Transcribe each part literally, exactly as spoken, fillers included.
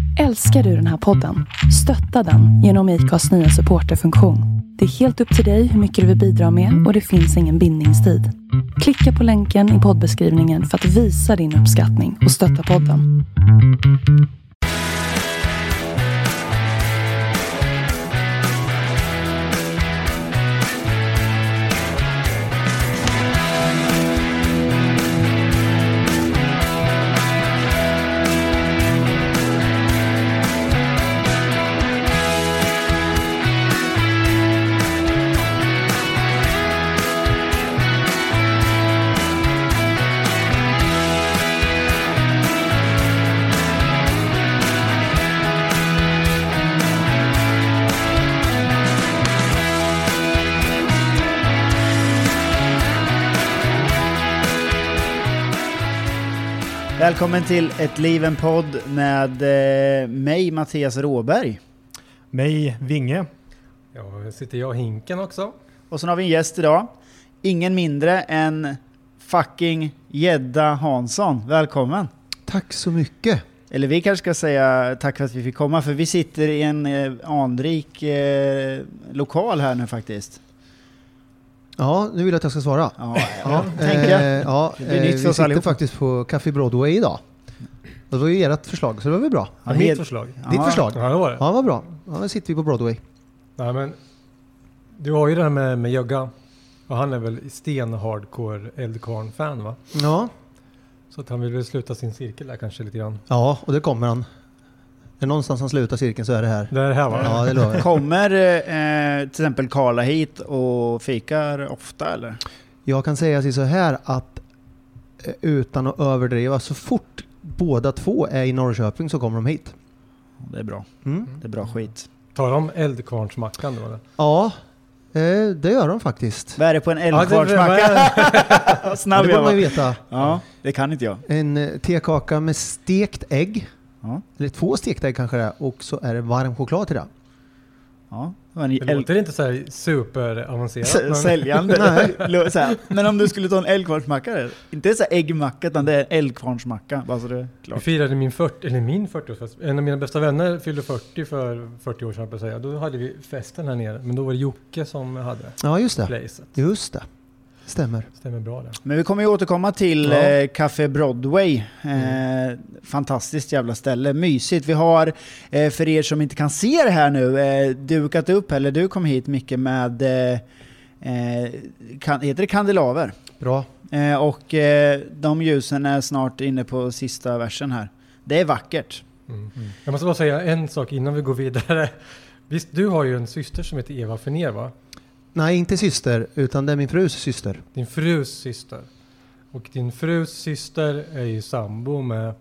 Älskar du den här podden? Stötta den genom I C A:s nya supporterfunktion. Det är helt upp till dig hur mycket du vill bidra med och det finns ingen bindningstid. Klicka på länken i poddbeskrivningen för att visa din uppskattning och stötta podden. Välkommen till Ett liv en podd med eh, mig, Mattias Råberg. Mig, Vinge. Ja, här sitter jag Hinken också. Och så har vi en gäst idag. Ingen mindre än fucking Gedda Hansson. Välkommen. Tack så mycket. Eller vi kanske ska säga tack för att vi fick komma. För vi sitter i en eh, anrik eh, lokal här nu faktiskt. Ja, nu vill jag att jag ska svara. Ja, ja, tänker jag. Eh, ja, det blir nytt för vi oss sitter allihop. faktiskt på Café Broadway idag. Det var ju ert förslag, så det var väl bra. Ja, mitt förslag. Ja. Ditt förslag? Ja, det var det. Ja, vad bra. Ja, nu sitter vi på Broadway. Nej, men du har ju det här med, med Jögga. Och han är väl sten-hardcore Eldkvarn-fan, va? Ja. Så att han vill väl sluta sin cirkel där kanske lite grann. Ja, och det kommer han. Är någonstans han slutar cirkeln så är det här. Det är det här, va? Ja, det lovar jag. Kommer eh, till exempel Karla hit och fikar ofta, eller? Jag kan säga så här att eh, utan att överdriva, så fort båda två är i Norrköping så kommer de hit. Det är bra. Mm. Det är bra skit. Tar de Eldkvarnsmackan då, eller? Ja, eh, det gör de faktiskt. Vad är det på en Ja, eldkvarnsmacka? Ja, Snabb det jag borde man ju var. veta. Ja, det kan inte jag. En eh, tekaka med stekt ägg. Ja. Eller två stekta ägg kanske det är. Och så är det varm choklad till det. Ja, det var en Det el- låter inte så här superavancerat. S- men- säljande. Nej. Lo- så här. Men om du skulle ta en eldkvarnsmacka, där, inte så här äggmacka, utan det är en eldkvarnsmacka. Bara så det är Vi klart. firade min fyrtio, eller min fyrtioårsfest. En av mina bästa vänner fyllde fyrtio för fyrtio år sedan, på att säga. Då hade vi festen här nere. Men då var det Jocke som hade Ja, just det. placet. Just det. Stämmer. Stämmer bra där. Men vi kommer ju återkomma till Ja. eh, Café Broadway. Eh, Mm. Fantastiskt jävla ställe. Mysigt. Vi har, eh, för er som inte kan se det här nu, eh, dukat upp, eller du kom hit mycket med, eh, eh, kan, heter det kandelaver? Bra. Eh, och eh, de ljusen är snart inne på sista versen här. Det är vackert. Mm. Jag måste bara säga en sak innan vi går vidare. Visst, du har ju en syster som heter Eva Ferner, va? Nej, inte syster, utan det är min frus syster. Din frus syster. Och din frus syster är ju sambo med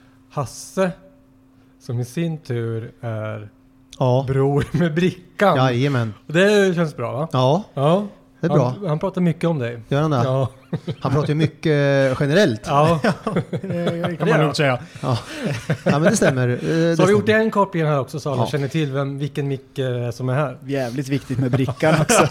Hasse, som i sin tur är Ja. bror med Brickan. Jajamän. Och det känns bra, va? Ja, Ja. det är bra. Han, han pratar mycket om dig. Gör han det? Ja. Han pratar ju mycket eh, generellt. Ja. Det kan man nog säga. Ja. Ja, men det stämmer. Eh, det Så har vi gjort stämmer. en koppling här också, så alla Ja. känner till vem, vilken Micke är som är här. Jävligt viktigt med brickan också.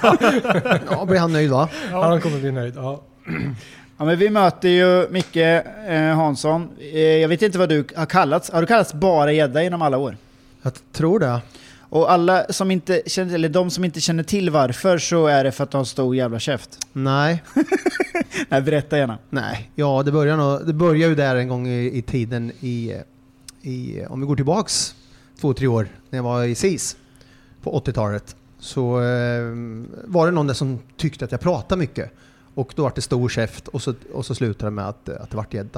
Ja, blir han nöjd va? Han kommer bli nöjd. Ja. Ja, men vi möter ju Micke eh, Hansson. Eh, jag vet inte vad du har kallats. Har du kallats bara Gedda genom alla år? Jag tror det. Och alla som inte känner, eller de som inte känner till varför, så är det för att de har stor jävla käft. Nej. Nej, berätta gärna. Nej. Ja, det börjar, nog, det börjar ju där en gång i, i tiden i, i, om vi går tillbaks två, tre år när jag var i S I S på åttiotalet. Så eh, var det någon där som tyckte att jag pratade mycket. Och då var det stor käft och så, och så slutade det med att, att det var Gedda.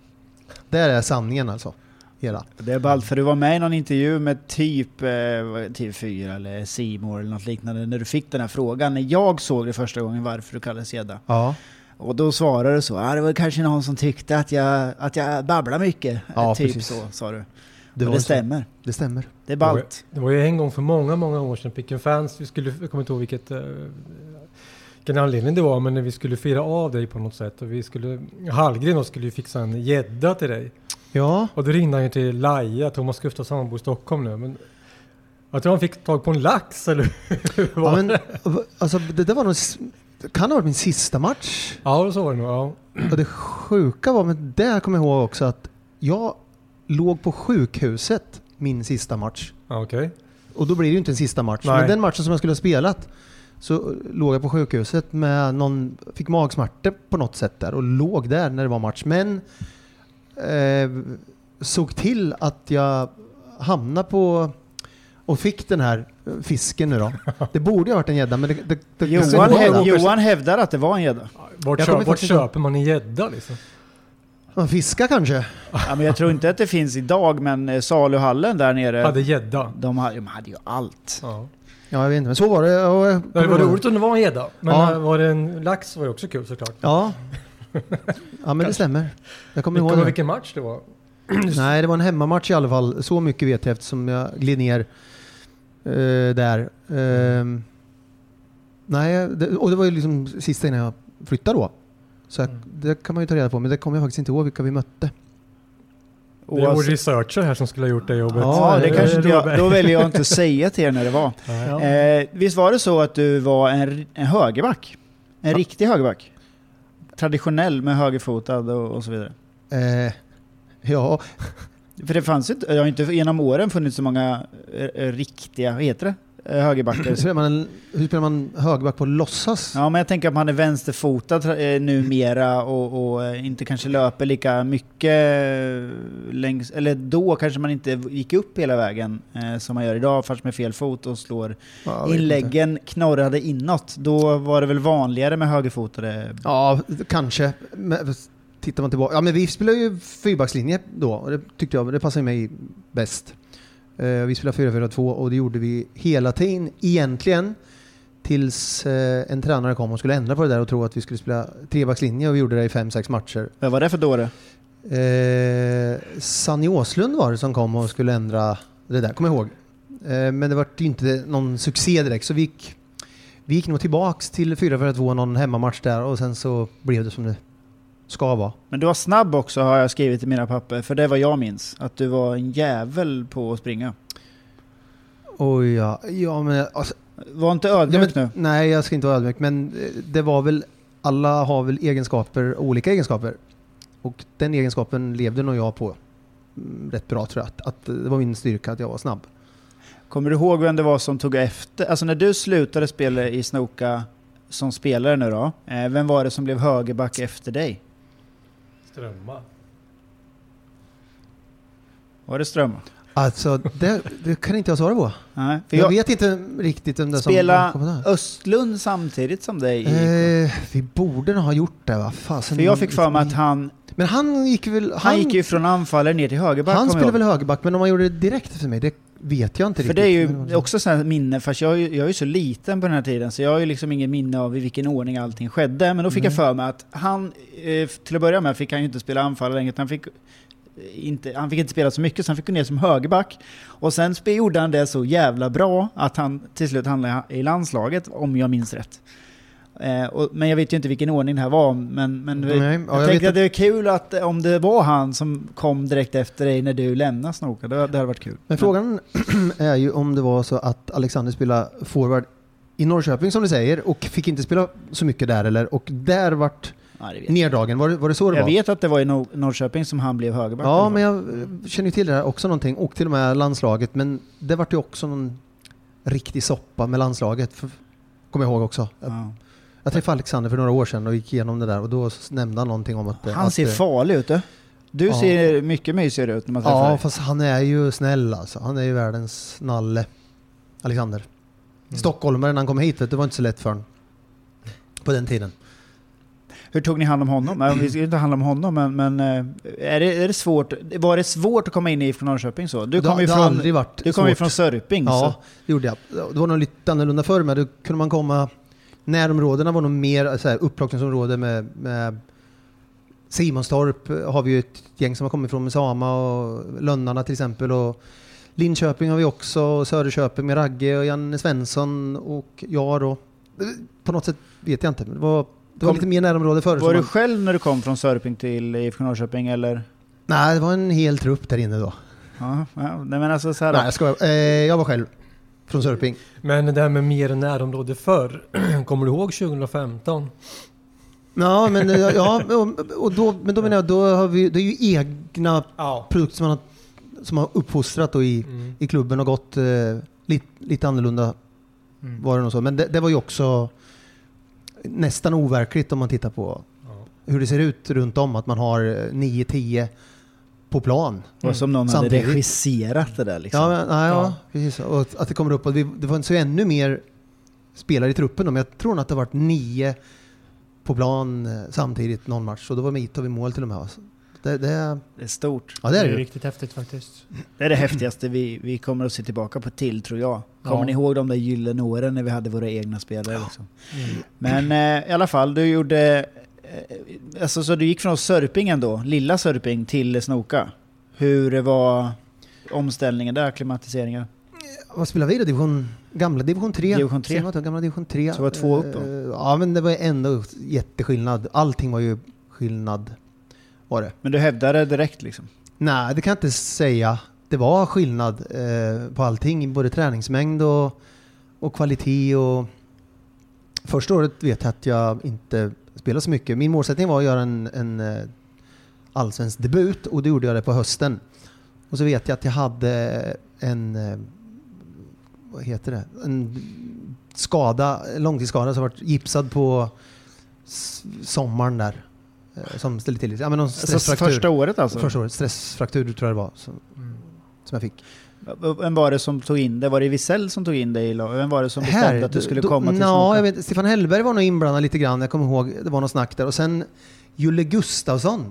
Det är sanningen alltså. Hela. Det är ballt, för du var med i någon intervju med typ eh, T V fyra eller C More eller något liknande när du fick den här frågan. När jag såg det första gången varför du kallades Gedda. Ja. Och då svarade du så. Ah, det var kanske någon som tyckte att jag, att jag babblar mycket. Ja, typ precis. så, sa du. Det, Och var det så. stämmer. Det stämmer. Det är Det var, ballt. det var ju en gång för många, många år sedan Picken Fans. Vi skulle, jag kommer inte ihåg vilket, uh, vilken anledning det var, men när vi skulle fira av dig på något sätt. Och vi skulle, Hallgren då skulle ju fixa en gädda till dig. Ja. Och då ringde han ju till Laia, Thomas Gustafsson, han bor i Stockholm nu. Men jag tror han fick tag på en lax, eller hur var Ja, men, det? alltså, det, det var nog, s- kan ha varit min sista match. Ja, så var det nog. Ja. Och det sjuka var, men det kommer jag ihåg också, att jag låg på sjukhuset min sista match. Ah, okej. Och då blir det ju inte en sista match. Nej. Men den matchen som jag skulle ha spelat så låg jag på sjukhuset med någon, fick magsmärta på något sätt där och låg där när det var match. Men eh, såg till att jag hamnade på och fick den här fisken nu då. Det borde ju ha varit en gädda, men det, det, det, Johan, det var häv, det. Johan hävdar att det var en gädda. Vart, Jag kö, kommer vart faktiskt köper man en gädda liksom? Man fiskar kanske. Ja, men jag tror inte att det finns idag, men eh, saluhallen där nere, Hade gädda. de hade, de hade ju allt. Ja. Ja, jag vet inte, men så var det. Och, jag Det var roligt om det var en gädda. Men Ja. äh, var det en lax var det också kul såklart. Ja. Ja, men det stämmer. Jag kommer Kommer ihåg du det. vilken match det var? Nej, det var en hemmamatch i alla fall. Så mycket vet jag eftersom jag gled ner uh, där. Uh, nej, det, och det var ju liksom sista innan jag flyttade då. Så jag, Mm. det kan man ju ta reda på, men det kommer jag faktiskt inte ihåg vilka vi mötte. Det är vår alltså- researcher här som skulle ha gjort det jobbet. Ja, det det- kanske inte jag, Robert. då väljer jag inte att säga till er när det var. Ja. Eh, visst var det så att du var en, en högerback? En Ja. riktig högerback? Traditionell med högerfotad och, och så vidare. Uh, ja, För det fanns ju inte, det har inte genom åren funnits så många eh, riktiga, vad heter det? Eh, hur högerbackar. spelar man, en, hur spelar man högerback på låtsas? Ja, men jag tänker att man är vänsterfotad eh, numera och, och eh, inte kanske löper lika mycket eh, längs, eller då kanske man inte gick upp hela vägen eh, som man gör idag, fast med fel fot och slår Ja, jag vet inte. inläggen knorrade inåt. Då var det väl vanligare med högerfotade. Ja, kanske. Men, tittar man tillbaka. Ja, men vi spelade ju fyrbackslinje då. Och det tyckte jag, det passade mig bäst. Uh, vi spelade fyra fyra två och det gjorde vi hela tiden egentligen. Tills uh, en tränare kom och skulle ändra på det där och tro att vi skulle spela trebackslinje, och vi gjorde det i fem sex matcher. Vad var det för dåre? Uh, Sanny Åslund var det som kom och skulle ändra det där, kommer jag ihåg. Uh, men det var inte någon succé direkt, så vi gick, vi gick nog tillbaks till fyra fyra två, någon hemmamatch där, och sen så blev det som det ska vara. Men du var snabb också, har jag skrivit i mina papper, för det var jag minns. Att du var en jävel på att springa. Oj, ja. Ja, men alltså, Var inte ödmjuk ja, men, nu. nej, jag ska inte vara ödmjuk, men det var väl, alla har väl egenskaper, olika egenskaper. Och den egenskapen levde nog jag på mm, rätt bra, tror jag. Att, att det var min styrka att jag var snabb. Kommer du ihåg vem det var som tog efter? Alltså när du slutade spela i Snoka som spelare nu då, eh, vem var det som blev högerback efter dig? Strömma. Var det Ström? Alltså, det, det kan inte jag svara på. Nej, för Jag, jag, vet inte riktigt om det spela som... Spela Östlund samtidigt som dig. i- eh, vi borde nog ha gjort det, va? Fasen, för jag fick för mig att han, Men han gick väl... Han, han gick ju från anfallare ner till högerback. han kommer spelade jag väl högerback, men om han gjorde det direkt för mig, det vet jag inte För riktigt. det är ju Men- också så här minne, fast jag, är ju- jag är ju så liten på den här tiden, så jag har ju liksom ingen minne av i vilken ordning allting skedde. Men då fick Mm. jag för mig att han, eh, till att börja med fick han ju inte spela anfallare längre, utan han fick inte, han fick inte spela så mycket, så han fick gå ner som högerback. Och sen spe- gjorde han det så jävla bra att han till slut hamnade i landslaget, om jag minns rätt. Eh, och, men jag vet ju inte vilken ordning det här var, men, men Nej, ja, jag, jag tänkte vet att det är kul att om det var han som kom direkt efter dig när du lämnade Snoka, det, det hade varit kul. Men frågan är ju om det var så att Alexander spelade forward i Norrköping, som du säger, och fick inte spela så mycket där, eller? Och där vart Ja, det vet jag. neddragen. Var, det- var det så det Jag var? vet att det var i Nor- Norrköping som han blev högerback. Ja, men jag eh, känner ju till det här också någonting, och till och med landslaget, men det vart ju också någon riktig soppa med landslaget, för, kommer jag ihåg också. Jag, Ja. jag träffade Alexander för några år sedan och gick igenom det där, och då s- nämnde han någonting om att... Han att, ser eh, farlig ut. Du, du Ja. ser mycket mysigare ut när man träffar Ja, dig. fast han är ju snäll alltså. Han är ju världens nalle. Alexander. Mm. Stockholmare när han kom hit, vet du, det var inte så lätt för honom. På den tiden. Hur tog ni hand om honom? Nej, vi ska ju inte handla om honom, men, men eh, är, det, är det svårt? Var det svårt att komma in i från Norrköping så? Du Det- kom ju det har från, aldrig varit du kom ju svårt. från Sörping. Ja, Så. det gjorde jag. Det var nog lite annorlunda förr, men då kunde man komma... Närområdena var nog mer så här, upplockningsområde med, med Simonstorp har vi ju ett gäng som har kommit från, med Sama och Lönnarna till exempel, och Linköping har vi också, och Söderköping med Ragge och Janne Svensson och jag då. På något sätt vet jag inte, men det var, det var Kom- lite mer närområde förr. Var som du man- själv när du kom från Sörping till I F K Norrköping, eller? Nej, det var en hel trupp där inne då. Ja, ja, nej, men alltså så här, Nej, jag skojar. Eh, jag var själv från Sörping. Men det där med mer närområde förr, kommer du ihåg tjugohundrafemton? Ja, men, ja, och, och då, men då menar jag, då har vi, det är ju egna Ja. produkter som man har som har uppfostrat då i, Mm. i klubben och gått eh, lite, lite annorlunda Mm. var det nog så. Men det, det var ju också nästan overkligt om man tittar på Ja. hur det ser ut runt om. Att man har nio tio på plan. Och som någon Samtidigt. hade regisserat det där liksom. Ja, men, nej, ja. Ja. Precis. Och att det kommer upp. Och det, det var så ännu mer spelare i truppen. Men jag tror att det har varit nio på plan eh, samtidigt någon match. Och då var Mito vid mål till och med. Alltså. Det, det, Det är stort. ja, det är det ju. riktigt häftigt faktiskt. Det är det häftigaste vi, vi kommer att se tillbaka på till, tror jag. Kommer Ja. ni ihåg de där gyllene åren när vi hade våra egna spelare? Liksom? Mm. Men eh, i alla fall, du gjorde... Eh, alltså, så du gick från Sörpingen då, lilla Sörping, till Snoka. Hur var omställningen där, klimatiseringen? Vad spelar vi då? Division, gamla division tre. Division tre. Ser man att gamla division tre. Så var det två upp då? Eh, Ja, men det var ändå jätteskillnad. Allting var ju skillnad. Var det? Men du hävdade direkt liksom? Nej, det kan jag inte säga. Det var skillnad eh, på allting. Både träningsmängd och, och kvalitet. Och första året vet jag att jag inte spelade så mycket. Min målsättning var att göra en, en eh, allsvensk debut. Och det gjorde jag det på hösten. Och så vet jag att jag hade en... Eh, vad heter det? En skada, en långtidsskada som varit gipsad på s- sommaren där. Eh, som ställde till det. Ja, men någon Alltså, stressfraktur. första året alltså? Första året. Stressfraktur tror jag det var. Som, Mm. som jag fick. Vem var det som tog in det? Var det Wiesel som tog in det i lag? Vem var det som bestämde Här, att du skulle då- komma till Ja, Snoka? jag vet. Stefan Hellberg var nog inblandad lite grann. Jag kommer ihåg, det var något snack där. Och sen Julle Gustafsson,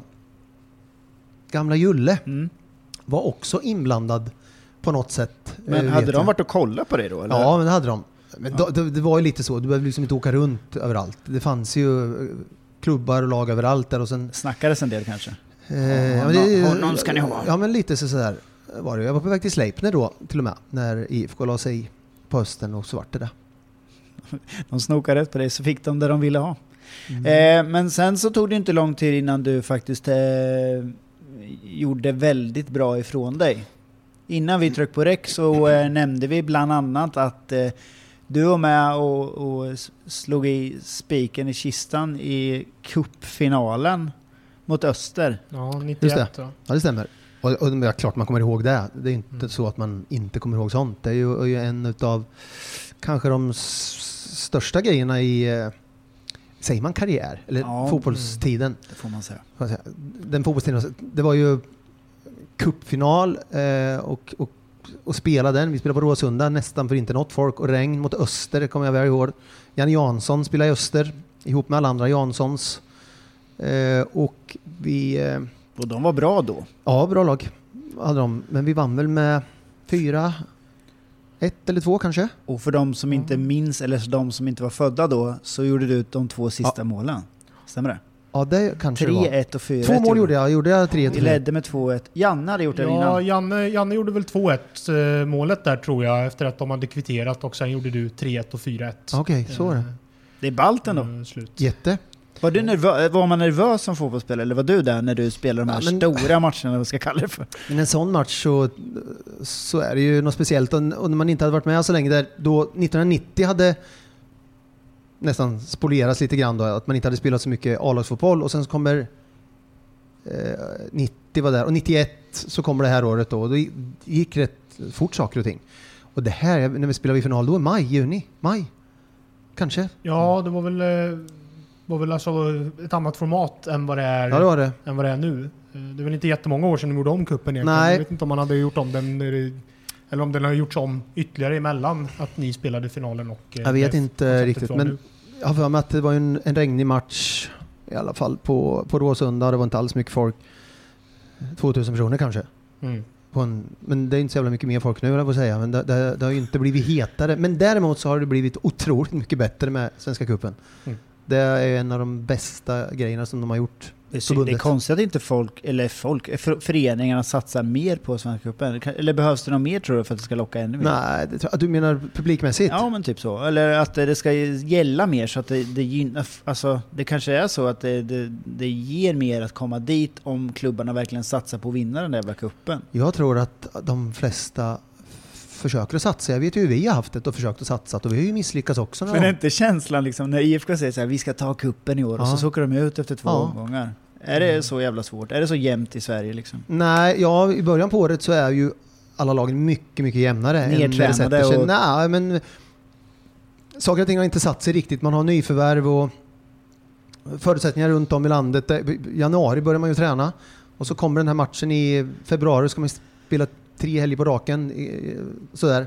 gamla Julle, Mm. var också inblandad på något sätt. Men eh, hade vet de jag. varit och kollat på det då? Eller? Ja, men det hade de. Men då, det, det var ju lite så. Du behövde liksom inte åka runt överallt. Det fanns ju eh, klubbar och lag överallt där. Och sen... Snackades en del kanske? Eh, Ja, men det- honom ska ni ha. Ja, men lite så sådär var det. Jag var på väg till Sleipner då, till och med. När I F K la sig på hösten och så vart det där. De snokade rätt på det, så fick de det de ville ha. Mm. Eh, men sen så tog det inte lång tid innan du faktiskt eh, gjorde väldigt bra ifrån dig. Innan vi tryckte på räck så eh, nämnde vi bland annat att eh, du var med och, och s- slog i spiken i kistan i cupfinalen mot Öster. Ja, nittioett då. Ja, det stämmer. Och, och det är klart man kommer ihåg det. Det är inte Mm. så att man inte kommer ihåg sånt. Det är ju, är ju en av kanske de s- största grejerna i, eh, säger man karriär? Eller Ja, fotbollstiden. Det får man säga. Får jag säga. Den fotbollstiden, det var ju cupfinal eh, och, och, och spela den. Vi spelade på Råsunda, nästan för inte något folk. Och regn mot Öster, det kommer jag väl ihåg. Jan Jansson spelade i Öster ihop med alla andra Janssons. Eh, och vi... Eh, Och de var bra då. Ja, bra lag hade de. Men vi vann väl med fyra, ett eller två kanske. Och för de som inte minns, eller de som inte var födda då, så gjorde du de två sista Ja. målen. Stämmer det? Ja, det kanske det var. tre ett och fyra ett. Två mål gjorde jag. Gjorde jag tre Vi till? ledde med två ett. Janne hade gjort det Ja, innan. Janne, Janne gjorde väl två ett eh, målet där tror jag, efter att de hade kvitterat, och sen gjorde du tre ett och fyra ett. Okej, så var det. Det är ballt ändå. Eh, slut. Jätte. Var, du nervö- var man nervös som fotbollsspelare, eller var du där när du spelade de här Ja, men- stora matcherna, vad vi ska kalla det för? Men en sån match så, så är det ju något speciellt. Och, och när man inte hade varit med så länge där, då nittonhundranittio hade nästan spolierats lite grann då, att man inte hade spelat så mycket A-lagsfotboll, och sen så kommer eh, nittio var där, och nittioett så kommer det här året då, och då gick rätt fort saker och ting. Och det här, när vi spelade i final, då i maj, juni, maj, kanske. Ja, det var väl, eh, var väl alltså ett annat format än vad det är, Ja, det var det. än vad det är nu. Eh, Det är väl inte jättemånga år sedan de gjorde om kuppen egentligen. Nej. Jag vet inte om man hade gjort om den, eh, eller om den har gjorts om ytterligare emellan att ni spelade finalen och... eh, Jag vet det inte konceptet riktigt, från men nu. jag har för mig att det var en, en regnig match i alla fall på, på Råsunda. Det var inte alls mycket folk. tvåtusen personer kanske. Mm. På en, men det är inte så jävla mycket mer folk nu, jag får säga. Men det, det, det har ju inte blivit hetare. Men däremot så har det blivit otroligt mycket bättre med Svenska cupen. Mm. Det är en av de bästa grejerna som de har gjort. Det är, synd, det är konstigt att inte folk, eller folk, för, föreningarna satsar mer på Svenska cupen. Eller behövs det något mer, tror du, för att det ska locka ännu mer? Nej, det, tror- du menar publikmässigt? Ja, men typ så. Eller att det ska gälla mer, så att det, det gynnar... Alltså, det kanske är så att det, det, det ger mer att komma dit om klubbarna verkligen satsar på att vinna den där jävla cupen. Jag tror att de flesta försöker att satsa. Jag vet ju hur vi har haft det och försökt att satsa, och vi har ju misslyckats också. Men är inte känslan liksom, när I F K säger så här, vi ska ta kuppen i år, Ja. och så, så åker de ut efter två Ja. omgångar. Är det så jävla svårt? Är det så jämnt i Sverige liksom? Nej, ja, i början på året så är ju alla lagen mycket, mycket jämnare. Nedtränade och... Nej, men saker och ting har inte satt sig riktigt. Man har nyförvärv och förutsättningar runt om i landet. I januari börjar man ju träna. Och så kommer den här matchen i februari, ska man spela tre helger på raken. Sådär.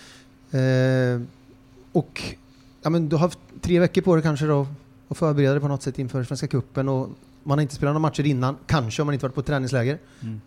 Eh, och ja, men du har haft tre veckor på det kanske då och förbereda dig på något sätt inför Svenska cupen, och man har inte spelat några matcher innan, kanske om man inte varit på träningsläger. Mm.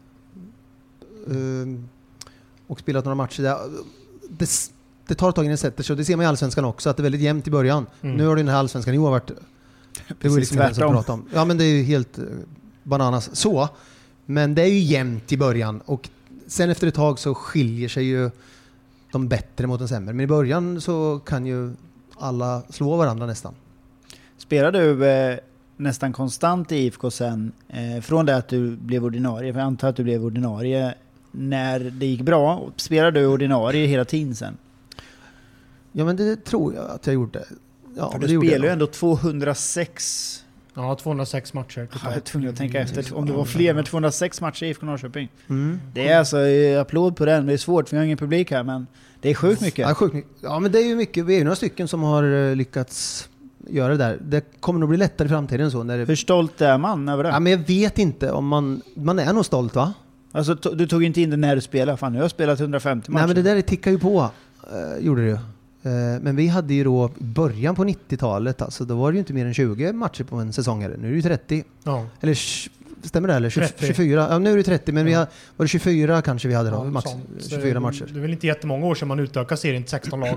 Uh, och spelat några matcher där. Det, det tar ett tag innan det sätter sig, och det ser man i Allsvenskan också, att det är väldigt jämnt i början. Mm. Nu har den här Allsvenskan i år varit det var liksom det som prata om. Ja, men det är ju helt uh, bananas så. Men det är ju jämnt i början, och sen efter ett tag så skiljer sig ju de bättre mot den sämre. Men i början så kan ju alla slå varandra nästan. Spelar du eh, nästan konstant i I F K sen eh, från det att du blev ordinarie? För jag antar att du blev ordinarie när det gick bra. Spelar du ordinarie hela tiden sen? Ja, men det tror jag att jag gjorde. Ja, för du spelar ju ändå tvåhundrasex. Ja, tvåhundrasex matcher. Ja, jag är tvungen att tänka efter om det var fler, med tvåhundrasex matcher i I F K Norrköping. Mm. Det är alltså applåd på den. Det är svårt för jag har ingen publik här, men det är sjukt mycket. Ja, sjukt mycket. Ja, men det är ju mycket. Vi är ju några stycken som har lyckats göra det där. Det kommer nog bli lättare i framtiden så. När det... Hur stolt är man över det? Ja, men jag vet inte om man... Man är nog stolt, va? Alltså, to- du tog inte in det när du spelade. Fan, nu har jag spelat hundrafemtio matcher. Nej, men det där tickar ju på. Uh, gjorde det ju. Uh, men vi hade ju då början på nittiotalet. Alltså, då var det ju inte mer än tjugo matcher på en säsong. Nu är det ju trettio. Ja. Eller stämmer det? Eller trettio. tjugofyra. Ja, nu är det trettio. Men ja. vi har, var det tjugofyra kanske vi hade då? Ja, max, tjugofyra matcher. Det är väl inte jättemånga år sedan man utökade serien till sexton lag.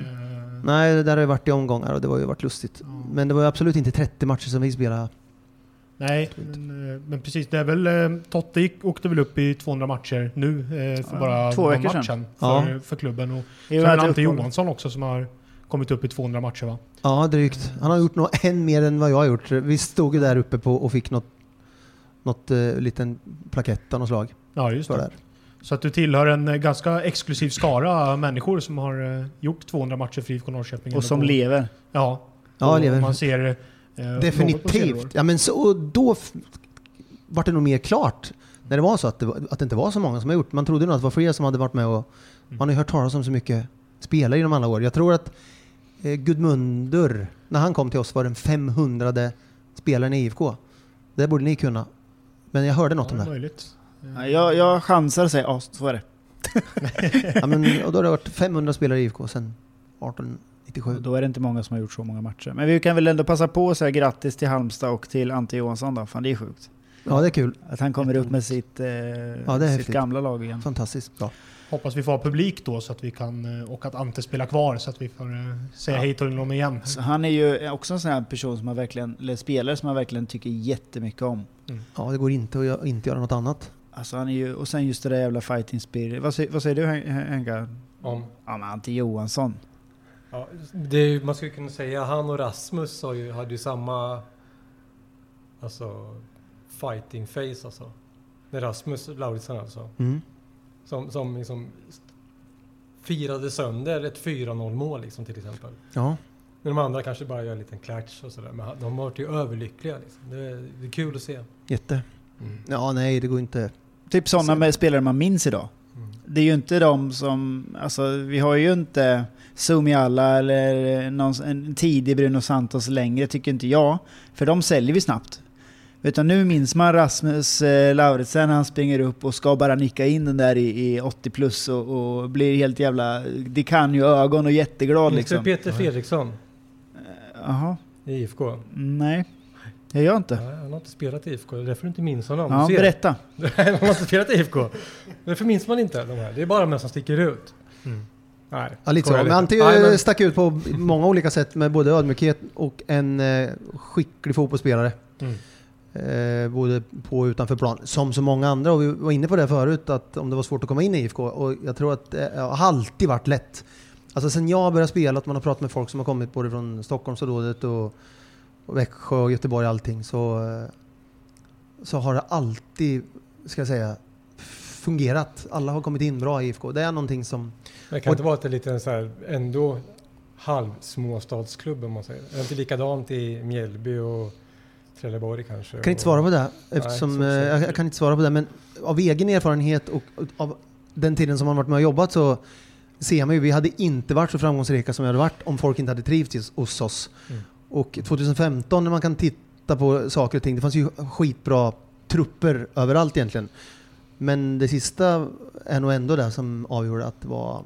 Nej, det där har ju varit i omgångar och det var ju varit lustigt. Mm. Men det var ju absolut inte trettio matcher som vi spelade. Nej, men, men precis. Det är väl, Totte åkte väl upp i tvåhundra matcher nu för ja, bara två veckor sedan för, ja. för klubben. Och så är det Ante Johansson också som har kommit upp i tvåhundra matcher, va? Ja, drygt. Han har gjort något än mer än vad jag har gjort. Vi stod ju där uppe på och fick något, något uh, liten plakett av något slag. Ja, just det. Där. Så att du tillhör en ganska exklusiv skara människor som har uh, gjort tvåhundra matcher för I F K Norrköping. Och som lever. Ja, ja lever. Man ser uh, definitivt. Ja, men så då f- var det nog mer klart när det var så att det, var, att det inte var så många som har gjort. Man trodde nog att det var fler som hade varit med, och mm. man har ju hört talas om så mycket spelare genom alla år. Jag tror att eh, Gudmundur, när han kom till oss, var den femhundrade spelaren i I F K. Det borde ni kunna. Men jag hörde något ja, om det. Möjligt. Ja, jag, jag chansar att säga ja, så är det. Ja, men, och då har det varit femhundra spelare i I F K sedan arton nittiosju. Då är det inte många som har gjort så många matcher. Men vi kan väl ändå passa på att säga grattis till Halmstad och till Ante Johansson då. Fan, det är sjukt. Ja, det är kul. Att han kommer upp med sitt, eh, ja, det är sitt gamla lag igen. Fantastiskt bra. Hoppas vi får ha publik då så att vi kan, och att Ante spelar kvar så att vi får uh, säga ja. hej till honom igen. Så han är ju också en sån här person som man verkligen, eller spelare som man verkligen tycker jättemycket om. Mm. Ja, det går inte att göra, inte göra något annat. Alltså han är ju, och sen just det där jävla fighting spirit. Vad, vad säger du, Henka? Om? Ja, men Ante Johansson. Ja, det är, man skulle kunna säga han och Rasmus har ju, hade ju samma alltså fighting face alltså. När Rasmus Lauritsen alltså. Mm. Som, som liksom firade sönder ett fyra noll mål liksom, till exempel. Ja. Men de andra kanske bara gör en liten klatsch och sådär. Men de har varit ju överlyckliga liksom. Det är, det är kul att se. Jätte. Mm. Ja, nej, det går inte. Typ sådana med spelare man minns idag. Mm. Det är ju inte de som, alltså vi har ju inte Sumiala eller någon, en tidig Bruno Santos längre, tycker inte jag. För de säljer vi snabbt. Utan nu minns man Rasmus eh, Lauritsen, han springer upp och ska bara nicka in den där i, i åttio plus och, och blir helt jävla, det kan ju ögon och jätteglad liksom. liksom. Peter Fredriksson? Jaha. I I F K? Nej, jag gör inte. Nej, han har inte spelat i I F K, därför inte minns honom. Ja, berätta. Han har inte spelat i I F K. Därför minns man inte de här. Det är bara de som sticker ut. Mm. Nej, ja, lite så. Men Ante stack ut på många olika sätt med både ödmjukhet och en eh, skicklig fotbollsspelare. Mm. Eh, både på och utanför plan, som så många andra, och vi var inne på det förut att om det var svårt att komma in i I F K, och jag tror att det har alltid varit lätt. Alltså sen jag började spela, att man har pratat med folk som har kommit både från Stockholmsområdet och, och Växjö och Göteborg och allting, så, så har det alltid, ska jag säga, fungerat. Alla har kommit in bra i I F K. Det är någonting som... Det kan inte vara ett lite så här, ändå halv småstadsklubb om man säger. Det är inte likadant i Mjällby och Trelleborg kanske. Jag kan inte svara på det, eftersom Nej, eh, jag, jag kan inte svara på det, men av egen erfarenhet och, och av den tiden som man varit med och jobbat så ser man ju, vi hade inte varit så framgångsrika som vi hade varit om folk inte hade trivts hos oss. Mm. Och tjugohundrafemton när man kan titta på saker och ting, det fanns ju skitbra trupper överallt egentligen. Men det sista är nog ändå det som avgjorde att det var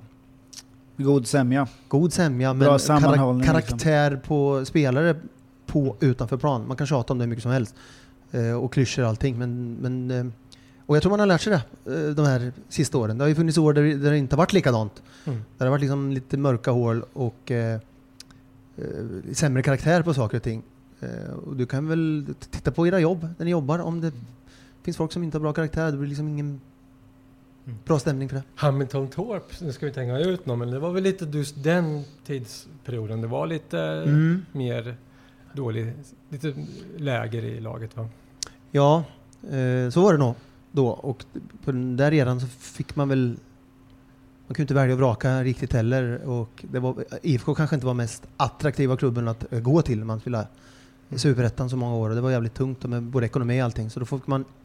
god sämja. God sämja, men kar- karaktär liksom. På spelare på utanför plan. Man kan tjata om det mycket som helst. Eh, och klyschor och allting. Men, men, eh, och jag tror man har lärt sig det eh, de här sista åren. Det har ju funnits år där, där det inte har varit likadant. Mm. Där det har varit liksom lite mörka hål och eh, eh, sämre karaktär på saker och ting. Eh, och du kan väl titta på era jobb när ni jobbar. Om det finns folk som inte har bra karaktär, det blir liksom ingen mm. bra stämning för det. Hamilton Torp, nu ska vi inte hänga ut någon, men det var väl lite just den tidsperioden. Det var lite mm. mer dålig, lite lägre i laget, va? Ja, eh, så var det nog då. Och på den där redan så fick man väl, man kunde inte välja att vraka riktigt heller. Och det var, I F K kanske inte var mest attraktiva klubben att gå till. Man spelade i Superettan så många år och det var jävligt tungt med både ekonomi och allting. Så då fick man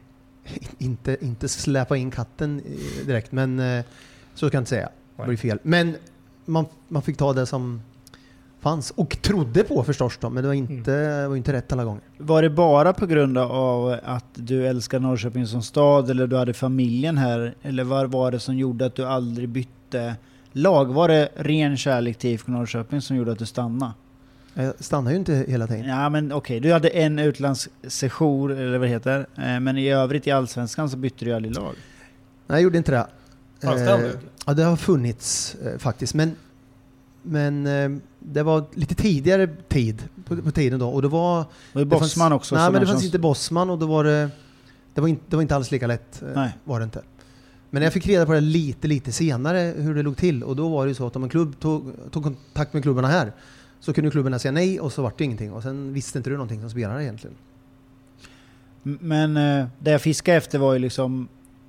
inte, inte släpa in katten direkt, men så kan jag inte säga. Det blir fel. Men man, man fick ta det som fanns och trodde på förstås då, men det var inte, mm. var inte rätt alla gånger. Var det bara på grund av att du älskar Norrköping som stad eller du hade familjen här, eller vad var det som gjorde att du aldrig bytte lag? Var det ren kärlek till I F K Norrköping som gjorde att du stannade? Jag stannar ju inte hela tiden. Ja, men okej, okay. Du hade en utlandssession eller vad det heter, men i övrigt i Allsvenskan så bytte du aldrig lag. Nej, jag gjorde inte det. Eh, ja, det har funnits eh, faktiskt, men men eh, det var lite tidigare tid på, på tiden då och det var var det Bosman fanns, också. Nej, men det fanns inte Bosman och då var det det var inte det var inte alls lika lätt eh, nej. Var det inte. Men jag fick reda på det lite lite senare hur det låg till och då var det ju så att om en klubb tog, tog kontakt med klubbarna här så kunde klubbarna säga nej och så var det ingenting och sen visste inte du någonting som spelare egentligen. Men eh, det jag fiskade efter var ju liksom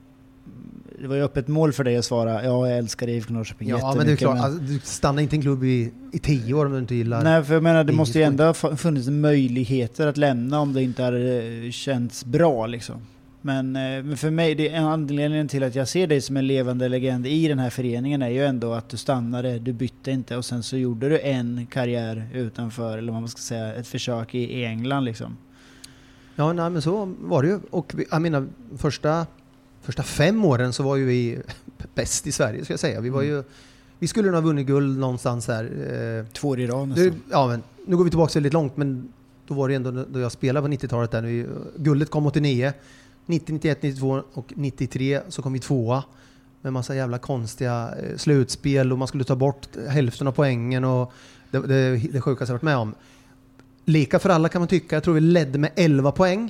det var ju öppet mål för dig att svara ja, jag älskar I F K Norrköping jättemycket. Ja, men det är klart, men alltså, du stannar inte en klubb i, i tio år om du inte gillar. Nej, för jag menar, det måste ju ändå ha funnits möjligheter att lämna om det inte hade känts bra liksom. Men, men för mig, det är en anledning till att jag ser dig som en levande legend i den här föreningen är ju ändå att du stannade, du bytte inte och sen så gjorde du en karriär utanför, eller vad man ska säga, ett försök i England liksom. Ja, nej, men så var det ju. Och vi, jag menar, första Första fem åren så var ju vi bäst i Sverige, ska jag säga. Vi var ju, vi skulle nog ha vunnit guld någonstans här. Eh, Två år i rad nästan. Ja, men nu går vi tillbaka väldigt långt, men då var det ändå då jag spelade på nittiotalet där. Vi, guldet kom åttionio, nittio, nittioett, nittiotvå och nittiotre så kom vi tvåa. Med massa jävla konstiga eh, slutspel och man skulle ta bort hälften av poängen och det, det, det sjukaste jag varit med om. Lika för alla kan man tycka. Jag tror vi ledde med elva poäng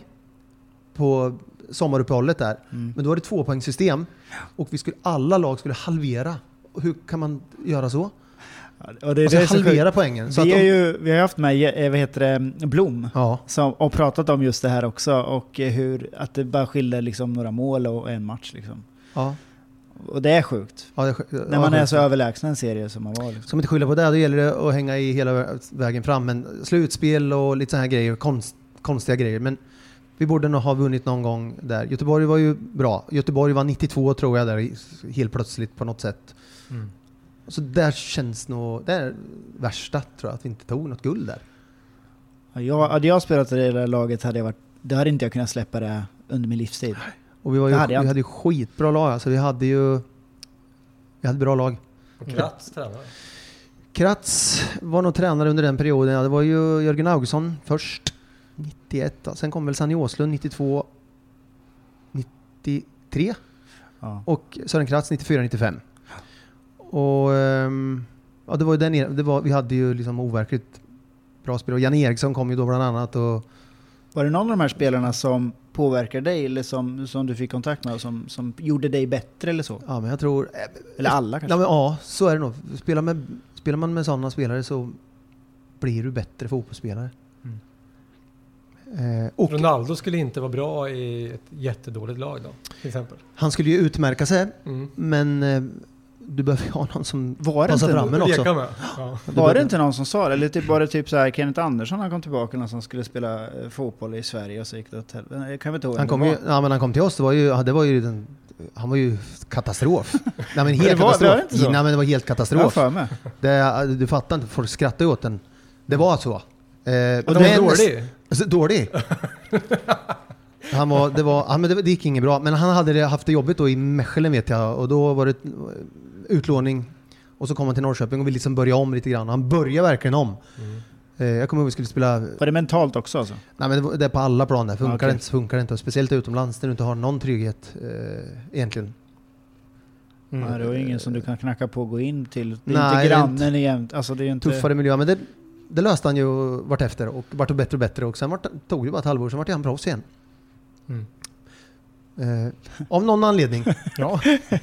på sommaruppehållet där. Mm. Men då var det två poängsystem och vi skulle, alla lag skulle halvera. Hur kan man göra så? Ja, och det är alltså det halvera poängen. Så vi, att är de, ju, vi har haft med vad heter det, Blom ja. som, och pratat om just det här också och hur att det bara skiljer liksom några mål och en match liksom. Ja. Och det är sjukt. Ja, det är sjukt. När ja, man är sjukt. så överlägsen en serie som man var. Liksom. Som inte skylla på det, då gäller det att hänga i hela vägen fram. Men slutspel och lite såna här grejer, konst, konstiga grejer. Men vi borde nog ha vunnit någon gång där. Göteborg var ju bra. Göteborg var nittiotvå tror jag där helt plötsligt på något sätt. Mm. Så där känns nog, det är värsta tror jag att vi inte tog något guld där. Ja, jag, hade jag spelat i det där laget hade jag varit, det hade inte jag kunnat släppa det under min livstid. Och vi var ju, hade vi hade ju skitbra lag. Alltså vi hade ju vi hade bra lag. Och Kratz tränare. Kratz var nog tränare under den perioden. Ja, det var ju Jörgen Augsson först. nittioett. Sen kom väl Sanny Åslund nittiotvå nittiotre. Ja. Och Sören Kratz nittiofyra nittiofem. Och um, ja, det var ju den det var vi hade ju liksom overkligt bra spelare. Jan Eriksson kom ju då bland annat och var det någon av de här spelarna som påverkade dig eller som, som du fick kontakt med och som, som gjorde dig bättre eller så? Ja, men jag tror eller alla kanske. Ja, men, ja så är det nog. Spelar med spelar man med sådana spelare så blir du bättre fotbollsspelare. Eh, och Ronaldo skulle inte vara bra i ett jättedåligt lag då, till exempel. Han skulle ju utmärka sig, mm. men eh, du behöver ju ha någon som Var det passar inte fram en också. Leka med. Ja. Var det inte någon som sa det? Eller typ, var det typ så här Kenneth Andersson han kom tillbaka när han skulle spela eh, fotboll i Sverige och så gick det åt helvete. Jag kan inte ihåg. Han kom ju, ja, men han kom till oss, det var ju, det var ju den, han var ju katastrof. Nej, men helt det var, katastrof. var det inte så? Nej, men det var helt Jag katastrof. för mig. Det, du fattar inte, folk skrattade åt den. Det var så. Eh, Och de var dålig. Alltså, dålig. Han var, det, var, ja, men det, det gick inget bra. Men han hade haft det jobbigt då i Mechelen vet jag. Och då var det utlåning. Och så kom han till Norrköping och ville liksom börja om lite grann. Han började verkligen om. Mm. Eh, jag kommer ihåg att vi skulle spela... Var det mentalt också alltså? Nej, men det, det är på alla plan där. Funkar okay. det inte så funkar det inte. Och speciellt utomlands där du inte har någon trygghet eh, egentligen. Mm. Ja, det var ingen som du kan knacka på och gå in till. Det är Nej, inte grannen igen. Alltså, det är inte... Tuffare miljö. Men det, det löste han ju vart efter. Och vart bättre och bättre. Och sen vart, tog det bara ett halvår. Sen vart han proffs igen. Mm. Eh, av någon anledning. Ja.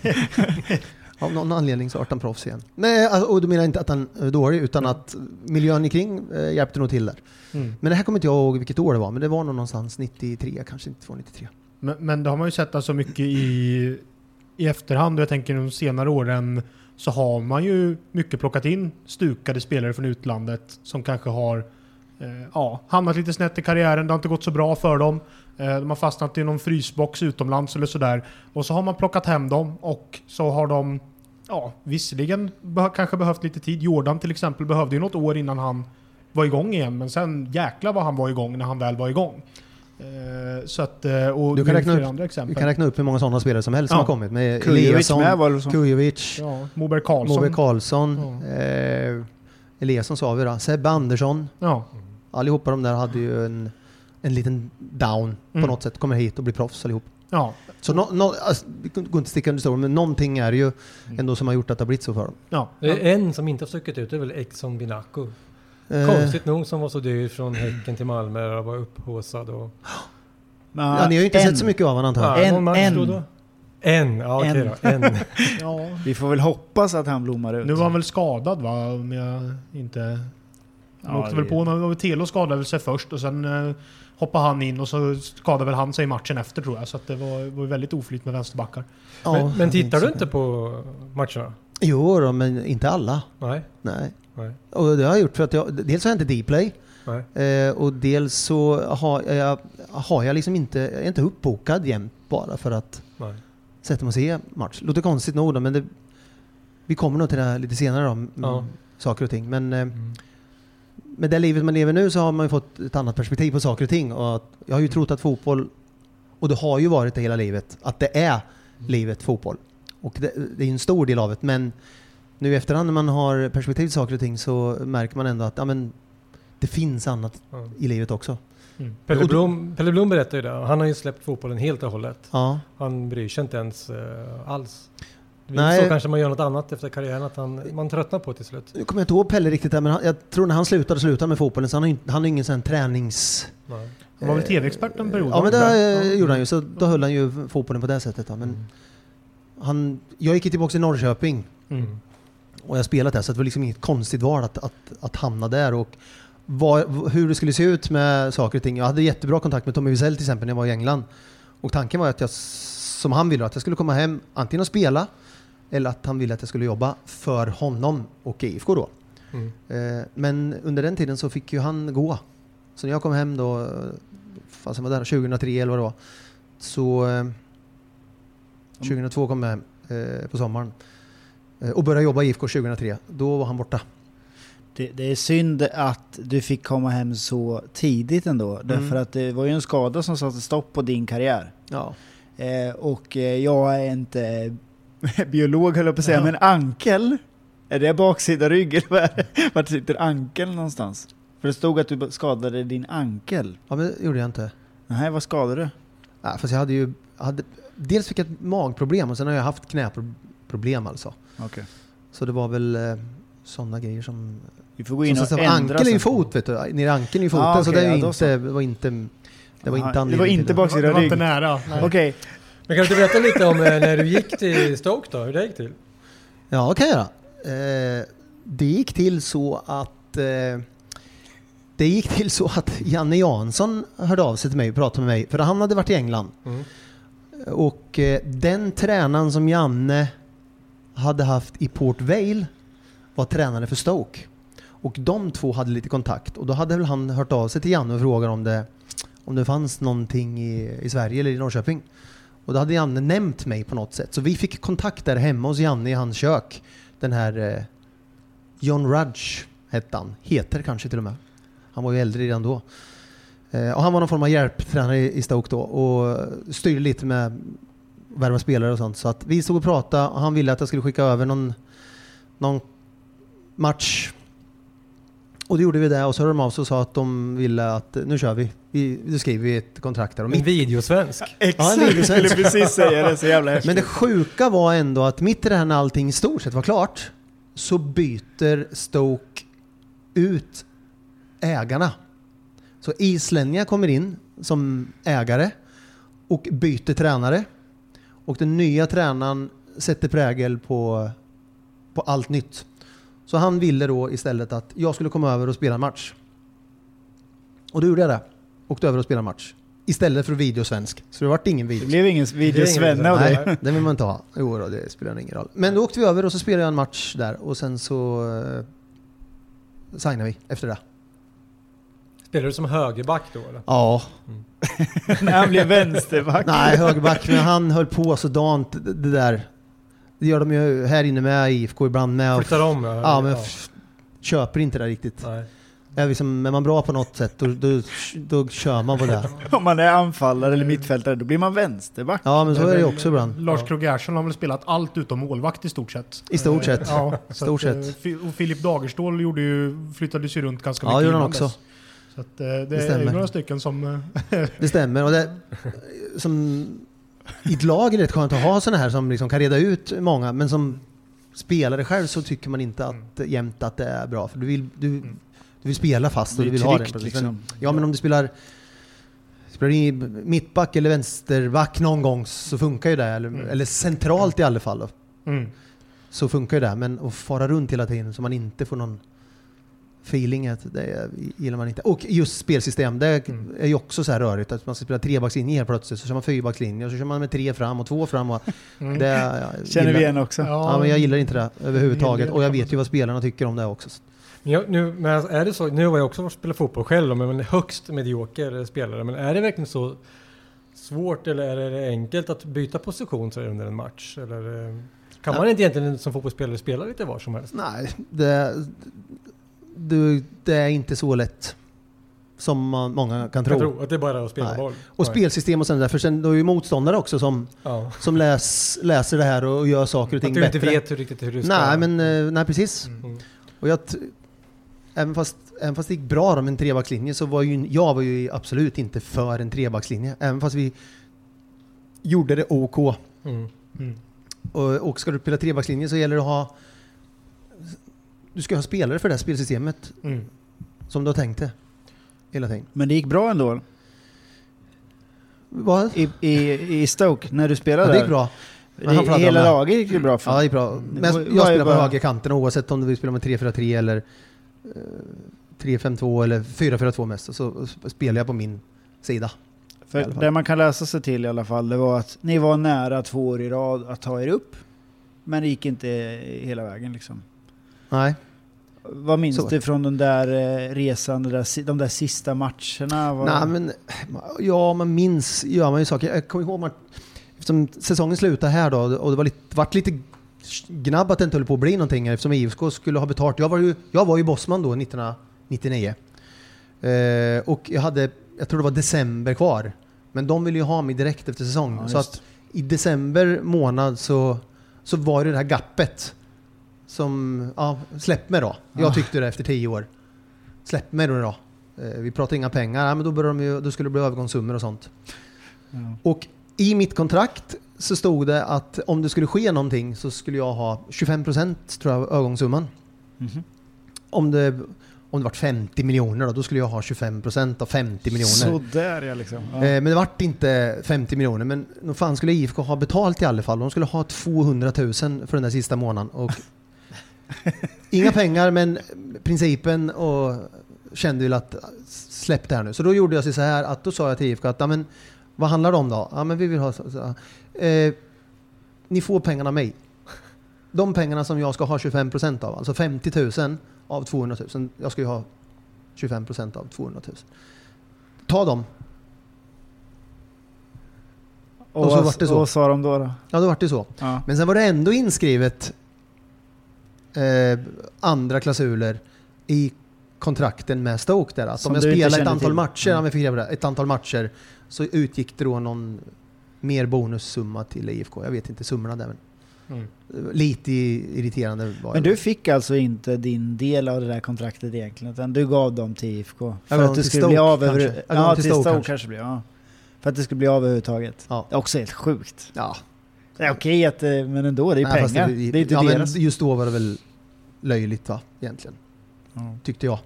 Av någon anledning så vart han proffs igen. Nej, alltså, och du menar inte att han är dålig utan att miljön kring eh, hjälpte nog till där. Mm. Men det här kommer inte jag ihåg vilket år det var. Men det var nog någonstans nittiotre, kanske nittiotvå nittiotre. Men, men det har man ju sett alltså mycket i, i efterhand. Och jag tänker de senare åren så har man ju mycket plockat in stukade spelare från utlandet som kanske har eh, ja, hamnat lite snett i karriären. Det har inte gått så bra för dem. De har fastnat i någon frysbox utomlands eller sådär. Och så har man plockat hem dem och så har de ja, visserligen be- kanske behövt lite tid. Jordan till exempel behövde ju något år innan han var igång igen. Men sen jäklar vad han var igång när han väl var igång. Eh, så att, och du kan räkna upp, andra exempel. Du kan räkna upp hur många sådana spelare som helst ja. som har kommit. Med Kujovic med var det så. Kujovic. Ja, Moberg Karlsson. Moberg Karlsson. Ja. Eh, Eliasson sa vi då. Sebbe Andersson. Ja. Allihopa de där hade ju en en liten down på mm. något sätt. Kommer hit och blir proffs allihop. Ja. Så no, no, alltså, vi går inte sticka under stolen, men någonting är ju ändå som har gjort att det har blivit så för dem. Ja. En som inte har stuckit ut är väl Exxon Binaco. Eh. Konstigt nog som var så dyr från Häcken till Malmö och var upphåsad. Och... Ja, ja, ni har ju inte en. sett så mycket av honom antar jag. En, en. Då? En, ja okej okay då. En. Ja. Vi får väl hoppas att han blommar ut. Nu var han väl skadad va? Om jag inte... Han ja, åkte det... väl på när Telo skadade sig först och sen uh, hoppade han in och så skadade väl han sig i matchen efter tror jag. Så att det var, var väldigt oflyt med vänsterbackar. Ja, men, men tittar du inte på matcherna? Jo då, men inte alla. Nej. Nej. Nej. Och det har jag gjort för att jag, dels har jag inte D-play. Eh, och dels så har jag, har jag liksom inte, jag är inte uppbokad jämt bara för att Nej. sätta mig och se match. Låter konstigt nog då, men det, vi kommer nog till det här lite senare då, ja. saker och ting. Men eh, mm. med det livet man lever nu så har man ju fått ett annat perspektiv på saker och ting. Och att, jag har ju trott att fotboll, och det har ju varit det hela livet, att det är mm. livet fotboll. Och det, det är en stor del av det, men nu efterhand när man har perspektiv på saker och ting så märker man ändå att ja, men, det finns annat mm. i livet också. Mm. Pelle, Blom, Pelle Blom berättar ju det. Han har ju släppt fotbollen helt och hållet. Ja. Han bryr sig inte ens uh, alls. Nej. Så kanske man gör något annat efter karriären att han, man tröttnar på till slut. Nu kommer jag inte ihåg Pelle riktigt där, men han, jag tror när han slutade slutade med fotbollen så han har ju han har ingen sån tränings... Nej. Han var väl tv-expert en period? Ja, men det ja. gjorde han ju. Så då höll han ju fotbollen på det sättet. Då. Men mm. han, jag gick tillbaka till Norrköping mm. och jag spelat där så det var liksom inget konstigt val att, att, att hamna där. Och var, hur det skulle se ut med saker och ting. Jag hade jättebra kontakt med Tommy Wiesel till exempel när jag var i England. Och tanken var att jag, som han ville, att jag skulle komma hem antingen och spela eller att han ville att jag skulle jobba för honom och I F K då. Mm. Eh, men under den tiden så fick ju han gå. Så när jag kom hem då, fast jag var där tjugohundratre eller vad det var, så eh, tjugohundratvå kom jag hem eh, på sommaren eh, och började jobba i I F K tjugohundratre. Då var han borta. Det, det är synd att du fick komma hem så tidigt ändå. Mm. Därför att det var ju en skada som satte stopp på din karriär. Ja. Eh, och eh, jag är inte biolog höll jag på att säga, ja. men ankel? Är det baksida rygg eller vad är det? Vart sitter ankeln någonstans? För det stod att du skadade din ankel. Ja, men det gjorde jag inte. Nej, vad skadade du? Ja, fast jag hade ju... Hade, dels fick jag ett magproblem och sen har jag haft knäproblem alltså. Okay. Så det var väl eh, sådana grejer som... Vi får gå in och så, ändra. Ankel är ju fot, vet du. Nere ankeln är ju foten, ah, okay, så det, är ja, inte, det var inte... Det var inte, det var inte baksida rygg. Det var inte nära. Okej. Okay. Men kan du berätta lite om när du gick till Stoke då? Hur det gick till? Ja, okej okay, då. Eh, det gick till så att... Eh, det gick till så att Janne Jansson hörde av sig till mig och pratade med mig. För han hade varit i England. Mm. Och eh, den tränaren som Janne hade haft i Port Vale, var tränare för Stoke. Och de två hade lite kontakt. Och då hade väl han hört av sig till Janne och frågat om det, om det fanns någonting i, i Sverige eller i Norrköping. Och då hade Janne nämnt mig på något sätt. Så vi fick kontakt där hemma hos Janne i hans kök. Den här eh, John Rudge hette han. Heter kanske till och med. Han var ju äldre redan då. Eh, och han var någon form av hjälptränare i, i Stoke då. Och styrde lite med värva spelare och sånt. Så att vi stod och pratade. Och han ville att jag skulle skicka över någon, någon match. Och det gjorde vi det. Och så hörde de av sig och sa att de ville att nu kör vi. vi nu skriver vi ett kontrakt där. Och En videosvensk. Exakt, Ja, en jag videosvensk. skulle precis säga det, så jävla häftigt. Men det sjuka var ändå att mitt i det här när allting i stort sett var klart så byter Stoke ut ägarna. Så islänningar kommer in som ägare och byter tränare. Och den nya tränaren sätter prägel på, på allt nytt. Så han ville då istället att jag skulle komma över och spela en match. Och då gjorde jag det. Åkte över och spelade en match. Istället för videosvensk. Så det var ingen video. Det blev ingen videosvenne av det. Nej, det vill man inte ha. Jo då, det spelar ingen roll. Men då åkte vi över och så spelade jag en match där. Och sen så uh, signade vi efter det. Spelar du som högerback då eller? Ja. När han blev vänsterback. Nej, högerback. Men han höll på sådant. Det, det där. Det gör de ju här inne med I F K ibland med. Flyttar om? Ja, Ja, men f- köper inte det riktigt. Nej. Är, liksom, är man bra på något sätt, då, då, då kör man på det. Om man är anfallare eller mittfältare, då blir man vänsterback. Ja, men så är det också ibland. Lars Krogh Gerson har väl spelat allt utom målvakt i stort sett. I stort sett. Ja, Stort så att, sett. eh, Fi- Och Filip Dagerstål gjorde ju, flyttade sig runt ganska Ja, mycket gjorde han innan också. dess. Så att, eh, det, Det är stämmer. ju några stycken som... eh, Det stämmer. Och det, som, i ett lag är det rätt skönt att ha såna här som liksom kan reda ut många. Men som spelare själv så tycker man inte att jämt att det är bra. För du vill, du, du vill spela fast och Det är du vill ha tryggt, det. liksom. Ja, men om du spelar, spelar i mittback eller vänsterback någon gång så funkar ju det. Eller, Mm. eller centralt i alla fall. Då. mm. Så funkar ju det. Men att fara runt hela tiden så man inte får någon feeling, att det gillar man inte. Och just spelsystem, det Mm. är ju också så här rörigt att man ska spela trebackslinje helt plötsligt, så kör man fyrbackslinje och så kör man med tre fram och två fram. Och Mm. det, jag Känner gillar, vi igen också. Ja, men jag gillar inte det överhuvudtaget. del Och jag kan man vet ju vad spelarna tycker om det också. Men jag, nu, men är det så, nu har jag också spelat fotboll själv, men en högst medioker spelare. Men är det verkligen så svårt eller är det enkelt att byta position så under en match? Eller eh, kan man inte egentligen som fotbollsspelare spela lite var som helst? Nej, det, du, det är inte så lätt som man, många kan tro. Jag tror att det är bara att spela Nej. boll. Och Nej. spelsystem och sånt där. För sen då är ju motståndare också som, Ja. som läs, läser det här och gör saker och ting Att du bättre. inte vet hur, riktigt hur du ska... Nej, men eh, nej, precis. Mm. Och jag t- även, fast, även fast det gick bra med en trebackslinje så var ju jag var ju absolut inte för en trebackslinje. Även fast vi gjorde det OK. Mm. Mm. Och, och ska du spela trebackslinje så gäller det att ha, du ska ha spelare för det här spelsystemet Mm. som du har tänkt det hela tiden. Men det gick bra ändå. Vad? I, i, i Stoke, när du spelade Ja, det gick där. bra. Men han Det, fladdrade hela med. laget gick ju bra för. Ja, det gick bra. Det Men var- jag var ju spelar på bara- högerkanten oavsett om du vill spela med tre fyra tre eller eh, tre fem två eller fyra fyra två mest. Så spelar jag på min sida. I För alla fall. det man kan läsa sig till i alla fall, det var att ni var nära två år i rad att ta er upp. Men det gick inte hela vägen liksom. Nej. Vad minns Så. du från den där eh, resan, de där, si- de där sista matcherna? Var... Nej, men ja, man minns gör man ju saker. Jag kommer ihåg man, eftersom säsongen slutade här då och det var lite, vart lite gnabb att det inte höll på att bli någonting eftersom I F K skulle ha betalt. Jag var ju, jag var ju bossman då nittonhundranittionio. Eh, och jag hade, jag tror det var december kvar. Men de ville ju ha mig direkt efter säsong. Ja, så just. att i december månad så, så var det det här gappet som, ja, släpp mig då. Jag Ah. tyckte det efter tio år. Släpp mig då då. Eh, vi pratar inga pengar, ja, men då, började de ju, då skulle det bli övergångssummor och sånt. Ja. Och i mitt kontrakt så stod det att om det skulle ske någonting så skulle jag ha tjugofem procent tror jag övergångssumman. Mhm. Om det, om det var femtio miljoner då, då skulle jag ha tjugofem procent av femtio miljoner. Så där ja liksom. Ja. Eh, men det vart inte femtio miljoner, men nog fan skulle I F K ha betalt i alla fall. De skulle ha tvåhundratusen för den där sista månaden. Och inga pengar, men principen och kände ju att släpp det här nu. Så då gjorde jag så här att då sa jag till I F K att ja, men, vad handlar det om då? Ja, men vi vill ha så, så, eh, ni får pengarna av mig. de pengarna som jag ska ha tjugofem procent av, alltså femtio tusen av tvåhundratusen, jag ska ju ha tjugofem procent av tvåhundratusen. Ta dem. Och, Och så vad- vart det så. och vad sa de då? då? Ja, då var det så. Ja. Men sen var det ändå inskrivet eh, andra klausuler i kontrakten med Stoke där. Att Som om jag du inte spelar ett kände antal till. matcher, Mm. ja, men fick reda på det, ett antal matcher, så utgick det då någon mer bonussumma till I F K. Jag vet inte summorna där, men Mm. lite irriterande var Men det. du fick alltså inte din del av det där kontraktet egentligen, utan du gav dem till I F K. För Jag gav att dem du till skulle Stoke bli av kanske. över... Jag gav Ja, dem till till Stoke, Stoke kanske. kanske blir, ja. För att det skulle bli av överhuvudtaget. Ja. Det är också helt sjukt. Ja. Det är okej att, eh, men ändå, det är Nej, fast pengar. det, Det, är inte ja, deras. men just då var det väl löjligt, va, egentligen. Ja. Tyckte jag.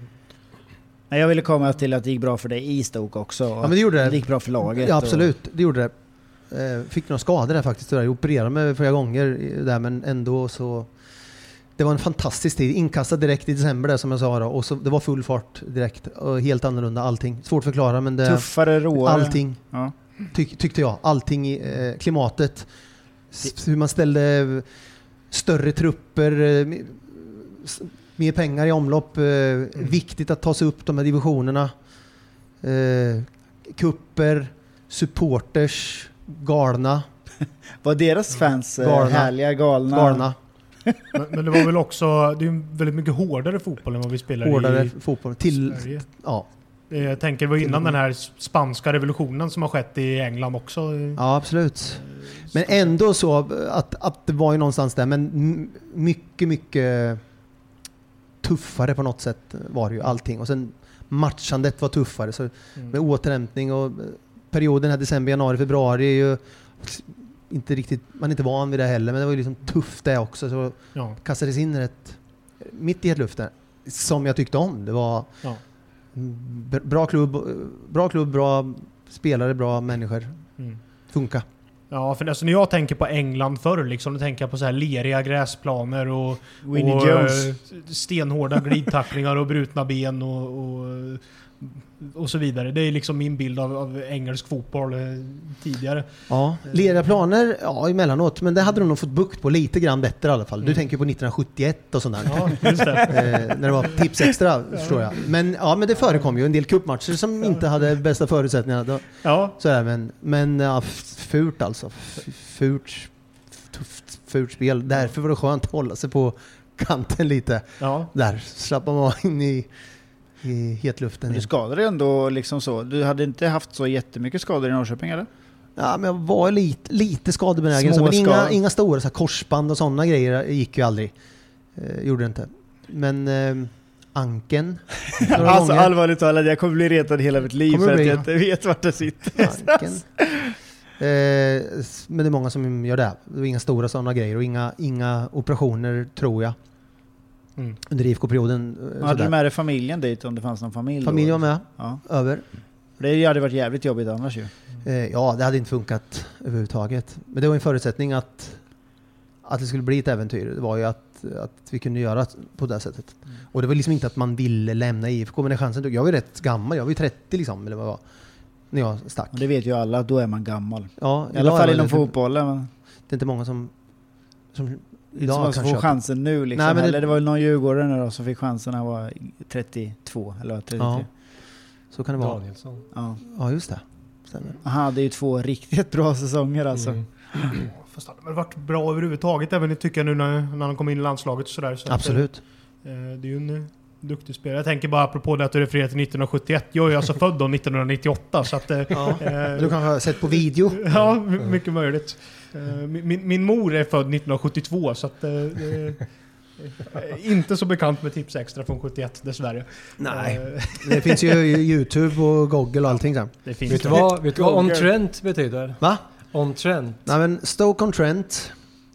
Nej, jag ville komma till att det gick bra för dig i Stoke också. Ja, men det gjorde det. Det gick bra för laget. Ja, absolut. Det gjorde det. Eh, fick några skador där faktiskt. Jag opererade mig flera gånger i- där, men ändå så... Det var en fantastisk tid. Inkastad direkt i december där, som jag sa då. Och så, det var full fart direkt. Och helt annorlunda allting. Svårt att förklara, men det... Tuffare, råare. Allting. Ja. Tyck, tyckte jag. Allting i eh, klimatet. S- hur man ställde eh, större trupper. Eh, me- s- mer pengar i omlopp. Eh, viktigt att ta sig upp de här divisionerna. Eh, kupper. Supporters. Galna. Var deras fans eh, Galna. härliga, galna? Galna. Men, men det var väl också, det är ju väldigt mycket hårdare fotboll än vad vi spelar Hårdare i fotboll. Till... Sverige. Ja. Eh, Jag tänker det var innan den här spanska revolutionen som har skett i England också. Ja, absolut. Men ändå så att, att det var ju någonstans där, men m- mycket, mycket tuffare på något sätt var det ju allting. Och sen matchandet var tuffare, så med återhämtning och perioden här december, januari, februari är ju inte riktigt, man är inte van vid det heller, men det var ju liksom tufft det också, så Ja, kastades in rätt mitt i ett luften som jag tyckte om. Det var ja. b- bra klubb, bra klubb, bra spelare, bra människor. Mm. Funka. Ja, för alltså när jag tänker på England förr, liksom, då tänker jag på så här leriga gräsplaner och, Winnie och Jones. eh, stenhårda glidtacklingar och brutna ben och, och, och så vidare. Det är liksom min bild av, av engelsk fotboll eh, tidigare. Ja, leriga planer, ja, emellanåt, men det hade de nog fått bukt på lite grann bättre i alla fall. Du Mm. tänker på nittonhundrasjuttioett och sånt där. Ja, just det. Eh, när det var tips extra, förstår jag. Men ja, men det förekom ju en del cupmatcher som inte hade bästa förutsättningarna. Då, Ja, så är, men men ja, f- fult alltså. F- Fult, tufft, fult spel. Därför var det skönt att hålla sig på kanten lite. ja. Där slappar man in i, i hetluften. Men du skadade dig ändå liksom så. Du hade inte haft så jättemycket skador i Norrköping, eller? Ja, men jag var lite, lite skadebenägen. Små Så, men inga, skador. inga stora så här, korsband och sådana grejer gick ju aldrig. Eh, gjorde det inte. Men eh, anken några Alltså gånger. allvarligt talat, jag kommer bli retad hela mitt liv Kommer för att bli, jag ja. inte vet vart det sitter. Anken. Eh, s- men det är många som gör det. Det var inga stora sådana grejer och inga, inga operationer, tror jag, Mm. under I F K-perioden. eh, Hade sådär. du med dig familjen dit om det fanns någon familj? Familjen var med, Ja. över. Det hade varit jävligt jobbigt annars ju. Eh, ja, det hade inte funkat överhuvudtaget. Men det var en förutsättning att, att det skulle bli ett äventyr. Det var ju att, att vi kunde göra på det sättet. Mm. Och det var liksom inte att man ville lämna I F K, men den chansen tog jag. var ju rätt gammal, jag var ju trettio liksom, eller vad det var, när jag stack. Och det vet ju alla, då är man gammal. Ja, I alla idag fall är inom det- fotbollen. Men Det är inte många som, som idag idag som kan alltså får köpa. chansen nu liksom. Nej, men det- Eller det var väl någon djurgårdare nu då som fick chansen när han var trettiotvå eller trettiotre. Ja. Så kan det vara. Danielsson. Ja. Ja, just det. Stämmer. Han hade ju två riktigt bra säsonger alltså. Mm. Fast han har väl varit bra överhuvudtaget, även tycker jag nu när, när han kom in i landslaget och sådär. Så att, Absolut. eh, det är ju en eh, duktig spelare. Jag tänker bara apropå det att du refererar till nittonhundrasjuttioett. Jag är ju alltså född då nittonhundranittioåtta, så att... Eh, Ja. eh, Du kanske har sett på video? Ja, my- mycket möjligt. Eh, Min, min mor är född nittonhundrasjuttiotvå, så att... eh, eh, eh, inte så bekant med tips extra från sjuttioett, dessvärre. Nej. Eh, Det finns ju YouTube och Google och allting där. Det finns Vet du det. vad, vet du vad on Google. trend betyder? Va? On trend. Nej, men Stoke-on-Trent.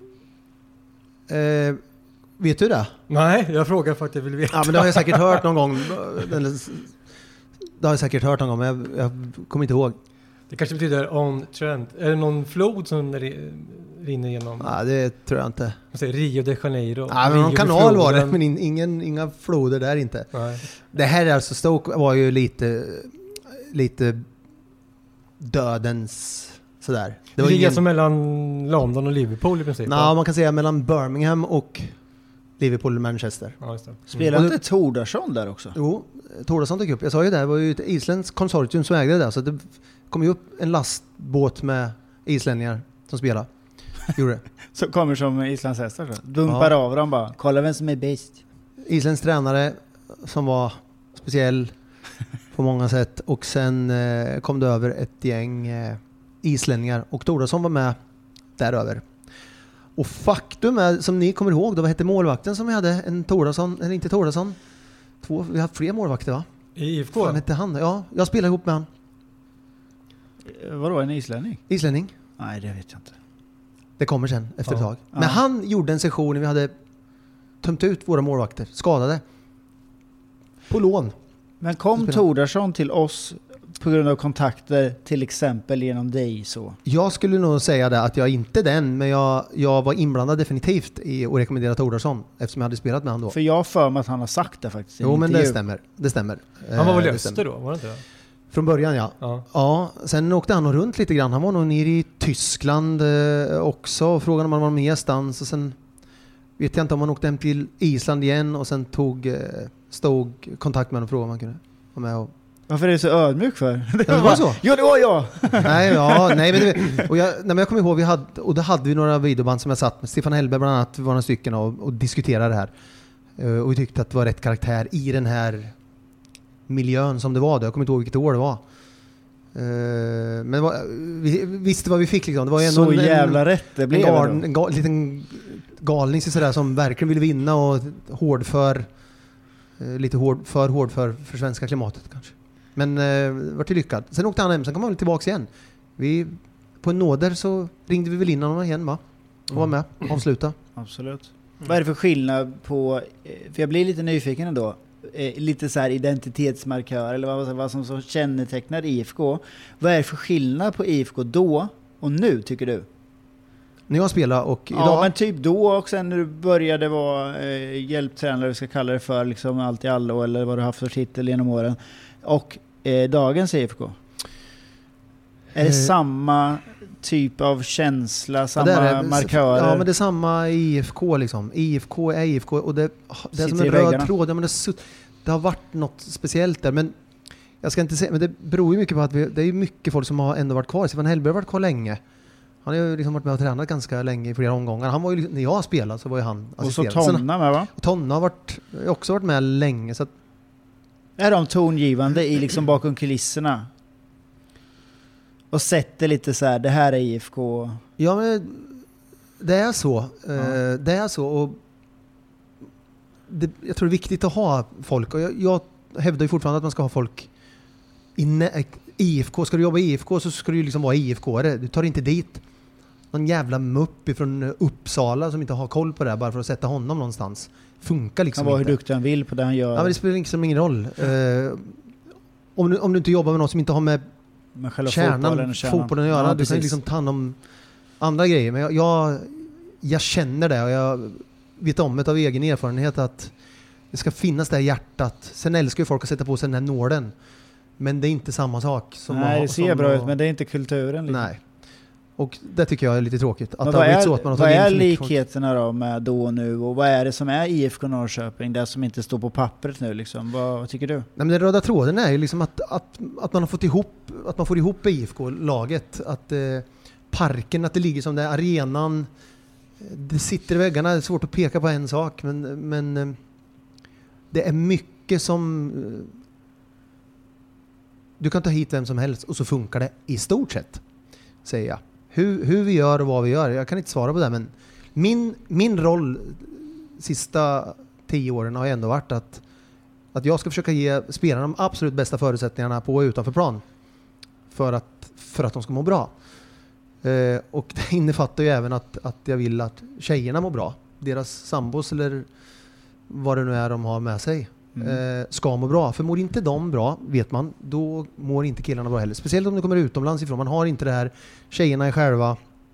Eh, vet du det? Nej, jag frågar för att jag vill veta. Ja, men det har jag säkert hört någon gång. Eller, det har jag säkert hört någon gång, men jag, jag kommer inte ihåg. Det kanske betyder on trend. Är det någon flod som ri- rinner genom Ja, det tror jag inte. vad säger, Rio de Janeiro? Ja, men Rio någon vid kanal var det, floden. men in, ingen, inga floder där inte. Nej. Det här är alltså, Stoke var ju lite, lite dödens sådär. Det, Det var det ligger ingen... alltså mellan London och Liverpool i princip? Nej, man kan säga mellan Birmingham och Liverpool och Manchester. Ja, just det. Spelar Mm. inte Tordarsson där också? Jo, Tordarsson dök upp. Jag sa ju det, det var ju ett isländskt konsortium som ägde det där. Så det kom ju upp en lastbåt med islänningar som spelade. Gjorde det. Så kommer som islandshästar så. Dumpar Ja. av dem bara. Kolla vem som är bäst. Isländsk tränare som var speciell på många sätt. Och sen eh, kom det över ett gäng eh, islänningar. Och Tordarsson var med däröver. Och faktum är, som ni kommer ihåg, då vad hette målvakten som vi hade? En Tordarsson, eller inte Tordarsson? Två, vi har haft fler målvakter va? I I F K? Fan hette han? Ja, jag spelade ihop med han. Vadå, en islänning? Islänning. Nej, det vet jag inte. Det kommer sen efter ett Ja. tag. Ja. Men han gjorde en session när vi hade tömt ut våra målvakter, skadade. På lån. Men kom Spelar. Tordarsson till oss på grund av kontakter, till exempel genom dig så? Jag skulle nog säga det att jag inte är den, men jag, jag var inblandad definitivt i att rekommendera Tordarsson eftersom jag hade spelat med han då. För jag har för mig att han har sagt det faktiskt. i en Jo, men det intervju. stämmer. Det stämmer. Han var väl i Eh, det Öster stämmer. då? Var det inte det? Från början ja. Ja. Ja, sen åkte han nog runt lite grann. Han var nog nere i Tyskland eh, också och frågade om han var medstans. Och sen vet jag inte om han åkte hem till Island igen och sen tog eh, stod kontakt med honom och frågade om han kunde vara med. Och... Varför är du så ödmjuk för? Det Ja, det var så. Jo, det var jag! nej, ja, nej, men det, och jag, nej, men jag kommer ihåg vi hade, och då hade vi några videoband som jag satt med Stefan Hellberg bland annat, vi var några stycken och, och diskuterade det här. Uh, och vi tyckte att det var rätt karaktär i den här miljön som det var då. Jag kommer inte ihåg vilket år det var. Uh, men det var, vi visste vad vi fick liksom. Det var ju ändå Så en, jävla rätt det en, blev gal, det då. en gal, liten galning så sådär, som verkligen ville vinna och hård för uh, lite hård, för hård för, för svenska klimatet kanske. Men uh, vart det lyckad. Sen åkte han hem, sen kom han väl tillbaka igen. Vi, på en nåder så ringde vi väl in honom igen va? Och var med, avsluta. Absolut. Vad är det för skillnad på, för jag blir lite nyfiken ändå, eh, lite så här identitetsmarkör eller vad, vad som så kännetecknar I F K. Vad är det för skillnad på I F K då och nu tycker du? När jag spelade och idag... Ja, men typ då och sen när du började vara eh, hjälptränare, vi ska kalla det för, liksom allt i allo eller vad du har haft för titel genom åren. Och eh, dagens I F K. Är det Eh. samma typ av känsla, samma Ja, det är det. markörer? Ja, men det är samma I F K liksom. I F K är I F K och det, det är som Sitter en i röd väggarna. tråd. Ja, men det, sutt- det har varit något speciellt där. Men jag ska inte säga, men det beror ju mycket på att vi, det är ju mycket folk som har ändå varit kvar. Stefan Hellberg har varit kvar länge. Han har ju liksom varit med och tränat ganska länge i flera omgångar. Han var ju, när jag spelade så var ju han Och så assisterande. Sen- Tonna med va? och Tonna har varit, har också varit med länge. Så att, Är de tongivande i liksom bakom kulisserna? Och sätter lite så här, det här är I F K. ja, men det är så. Ja. Eh, det är så. Och det, jag tror det är viktigt att ha folk. Och jag, jag hävdar ju fortfarande att man ska ha folk i nä- I F K. Ska du jobba i I F K så ska du ju liksom vara I F K-are. Du tar inte dit någon jävla mupp ifrån Uppsala som inte har koll på det här bara för att sätta honom någonstans. Funkar liksom Han var hur inte. duktig han vill på det han gör. Ja, men det spelar liksom ingen roll. Eh, om, du, om du inte jobbar med någon som inte har med med själva fotbollen kärnan, och kärnan. fotbollen att göra. Ja, du kan ju precis. liksom ta hand om andra grejer. Men jag, jag, jag känner det och jag vet om det av egen erfarenhet att det ska finnas det här hjärtat. Sen älskar ju folk att sätta på sig den här nålen. Men det är inte samma sak. Som Nej, att- det ser som bra att- ut, men det är inte kulturen. Liksom. Nej. Och det tycker jag är lite tråkigt. Att Men det vad har blivit är, så att man har vad tagit in är för mycket folk. likheterna då med då och nu? Och vad är det som är I F K Norrköping? Det som inte står på pappret nu liksom. Vad, vad tycker du? Nej, men den röda tråden är ju liksom att, att, att man har fått ihop, att man får ihop I F K-laget. Att eh, parken, att det ligger som det är, arenan. Det sitter i väggarna, det är svårt att peka på en sak. Men, men eh, det är mycket som... Eh, du kan ta hit vem som helst och så funkar det i stort sett, säger jag. Hur, hur vi gör och vad vi gör, jag kan inte svara på det. Men min, min roll sista tio åren har ändå varit att att jag ska försöka ge spelarna de absolut bästa förutsättningarna på och utanför plan för att, för att de ska må bra. Eh, och det innefattar ju även att, att jag vill att tjejerna mår bra. Deras sambos eller vad det nu är de har med sig Mm. eh, ska må bra. För mår inte de bra, vet man, då mår inte killarna bra heller. Speciellt om de kommer utomlands ifrån. Man har inte det här, tjejerna är själva.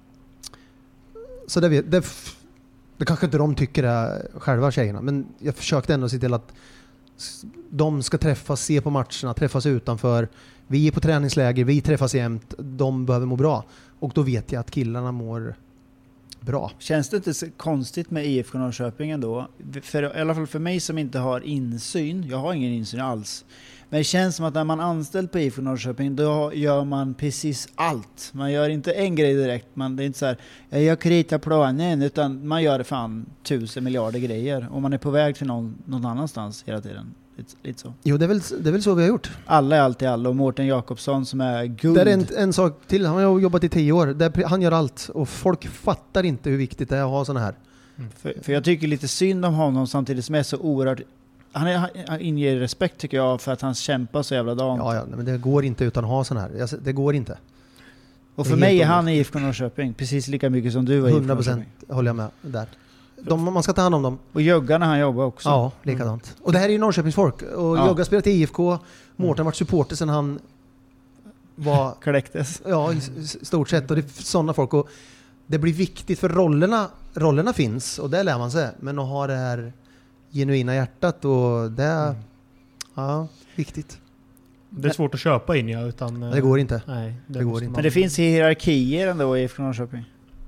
Så det, vet, det, f- det kanske inte de tycker är själva, tjejerna. Men jag försökte ändå se till att de ska träffas, se på matcherna, träffas utanför. Vi är på träningsläger, vi träffas jämt. De behöver må bra. Och då vet jag att killarna mår bra. Känns det inte så konstigt med I F K Norrköping ändå? För, i alla fall för mig som inte har insyn, jag har ingen insyn alls. Men det känns som att när man är anställd på I F K Norrköping, då gör man precis allt. Man gör inte en grej direkt. Man, det är inte så här, jag kritar planen, utan man gör fan tusen miljarder grejer. Och man är på väg till någon, någon annanstans hela tiden. Lite, lite så. Jo, det är, väl, det är väl så vi har gjort. Alla är alltid alla. Och Mårten Jakobsson som är guld. Det är en, en sak till. Han har jobbat i tio år. Där han gör allt. Och folk fattar inte hur viktigt det är att ha sådana här. Mm. För, för jag tycker lite synd om honom samtidigt som är så oerhört... Han, är, han inger respekt tycker jag för att han kämpar så jävla dant. Ja, ja, men det går inte utan att ha sån här. Det går inte. Och för mig är han i I F K Norrköping precis lika mycket som du var i I F K hundra procent håller jag med där. De, man ska ta hand om dem. Och Jögga när han jobbar också. Ja, likadant. Mm. Och det här är ju Norrköpings folk. Och ja. Jögga spelat i I F K. Mårten har varit supporter sedan han var... Kläcktes. Ja, i stort sett. Och det är sådana folk. Och det blir viktigt för rollerna. Rollerna finns och det lär man sig. Men att ha det här genuina hjärtat och det är mm. ja, viktigt. Det är svårt att köpa in, ja, utan... Det går inte. Nej, det, det går inte. Man... Men det finns hierarkier ändå i I F K Norrköping.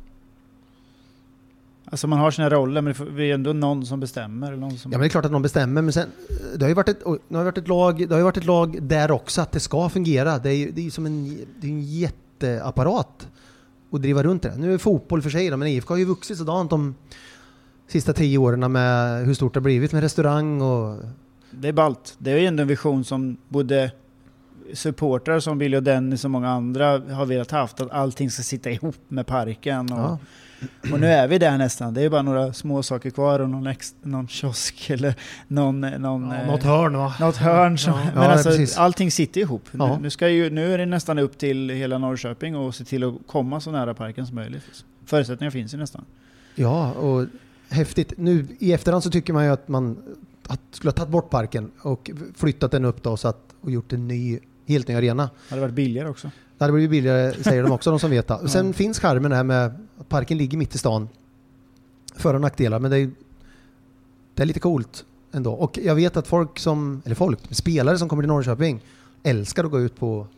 Alltså man har sina roller, men det är ändå någon som bestämmer. Eller någon som... Ja, men det är klart att någon bestämmer, men sen, det har ju varit ett, det har varit ett lag, det har ju varit ett lag där också att det ska fungera. Det är ju det är som en, det är en jätteapparat att driva runt det. Nu är fotboll för sig, men I F K har ju vuxit sådant de sista tio åren med hur stort det har blivit med restaurang och... Det är ballt. Det är ju ändå en vision som både supportrar som Billy och Dennis och många andra har velat haft, att allting ska sitta ihop med parken och... Ja. Och nu är vi där nästan. Det är bara några små saker kvar och någon, ex, någon kiosk eller någon... någon ja, eh, något hörn, va? Något hörn. Som, ja. Men ja, alltså, allting sitter ihop. Ja. Nu, nu, ska ju, nu är det nästan upp till hela Norrköping och se till att komma så nära parken som möjligt. Förutsättningar finns ju nästan. Ja, och häftigt. Nu i efterhand så tycker man ju att man att skulle ha tagit bort parken och flyttat den upp då så att, och gjort en ny, helt ny arena. Det hade varit billigare också. Det hade blivit billigare, säger de också, de som vet det. Ja. Sen finns charmen här med att parken ligger mitt i stan. För- och nackdelar, men det är, det är lite coolt ändå. Och jag vet att folk som, eller folk, spelare som kommer till Norrköping älskar att gå ut på,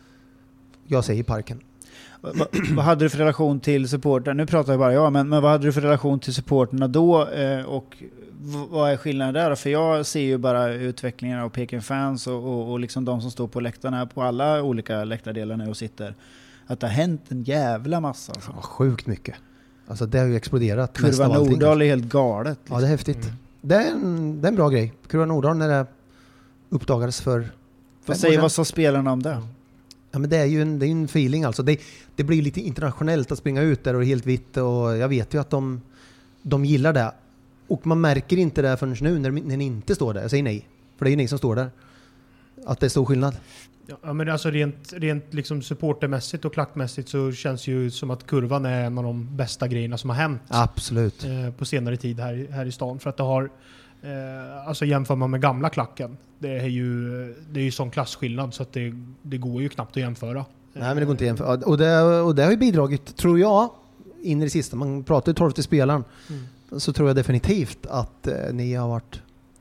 jag säger parken. Va, vad hade du för relation till supporterna? Nu pratar jag bara jag, men, men vad hade du för relation till supporterna då? Eh, och v- vad är skillnaden där? För jag ser ju bara utvecklingen av Peking-fans och, och, och liksom de som står på läktarna på alla olika läktardelar nu och sitter. Att det har hänt en jävla massa. Alltså. Ja, sjukt mycket. Alltså det har ju exploderat. Kurva Nordahl är helt galet. Liksom. Ja, det är häftigt. Mm. Det, är en, det är en bra grej. Kurva Nordahl när det uppdagades för... Vad säger vad sa spelarna om det? Ja, men det är ju en, det är en feeling alltså. Det, det blir lite internationellt att springa ut där och helt vitt, och jag vet ju att de, de gillar det. Och man märker inte det förrän nu när, när ni inte står där. Jag säger nej, för det är ju ni som står där. Att det är stor skillnad. Ja, men alltså rent, rent liksom supportermässigt och klackmässigt så känns ju som att kurvan är en av de bästa grejerna som har hänt. Absolut. Eh, på senare tid här, här i stan. För att det har, eh, alltså jämför man med gamla klacken, det är ju, det är ju sån klassskillnad så att det, det går ju knappt att jämföra. Nej, men det går inte att jämföra. Och det, och det har ju bidragit, tror jag, in i det sista. Man pratar ju tolfte spelaren. Mm. Så tror jag definitivt att eh, ni har varit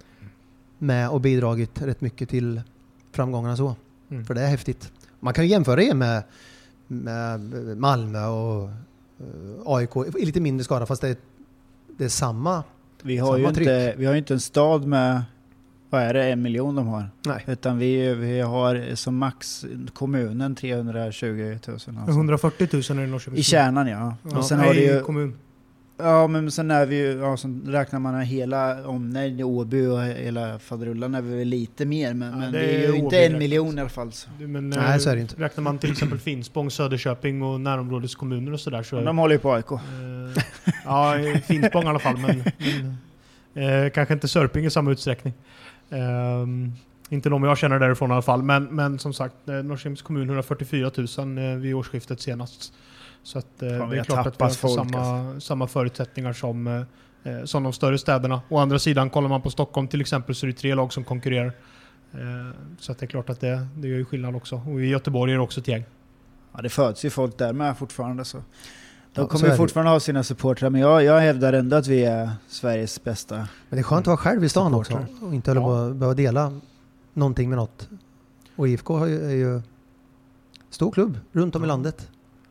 med och bidragit rätt mycket till framgångarna så. Mm. För det är häftigt. Man kan ju jämföra er med, med Malmö och uh, A I K i lite mindre skala, fast det är, det är samma. Vi har, ju inte, vi har ju inte en stad med, vad är det, en miljon de har. Nej. Utan vi, vi har som max kommunen trehundratjugo tusen. Alltså. hundrafyrtio tusen är det Norrköping. I kärnan, ja. ja. Och sen Nej, har det ju... kommun. Ja, men sen är vi ju, ja, så räknar man hela omnejd i Åby och hela faderullan är vi väl lite mer, men, ja, men det det är ju inte en miljon i alla fall. Så. Men, nej, så är det inte. Räknar man till exempel Finspång, Söderköping och närområdeskommuner och sådär så... De håller ju på A I K. Eh, ja, Finspång i alla fall, men, men eh, kanske inte Sörping i samma utsträckning. Eh, inte de jag känner därifrån i alla fall, men, men som sagt, eh, Norrköpings kommun hundrafyrtiofyra tusen eh, vid årsskiftet senast. Så att, eh, Fan, det är klart att vi har folk, samma, alltså. samma förutsättningar som, eh, som de större städerna. Å andra sidan, kollar man på Stockholm till exempel, så är det tre lag som konkurrerar. Eh, så att det är klart att det, det gör ju skillnad också. Och i Göteborg är det också ett gäng. Ja, det föds ju folk där med fortfarande. Så. De Ja, kommer ju fortfarande ha sina supportrar, men jag, jag hävdar ändå att vi är Sveriges bästa. Men det är skönt att vara själv i stan också och inte ja. behöva dela någonting med något. Och I F K är ju stor klubb runt om i landet.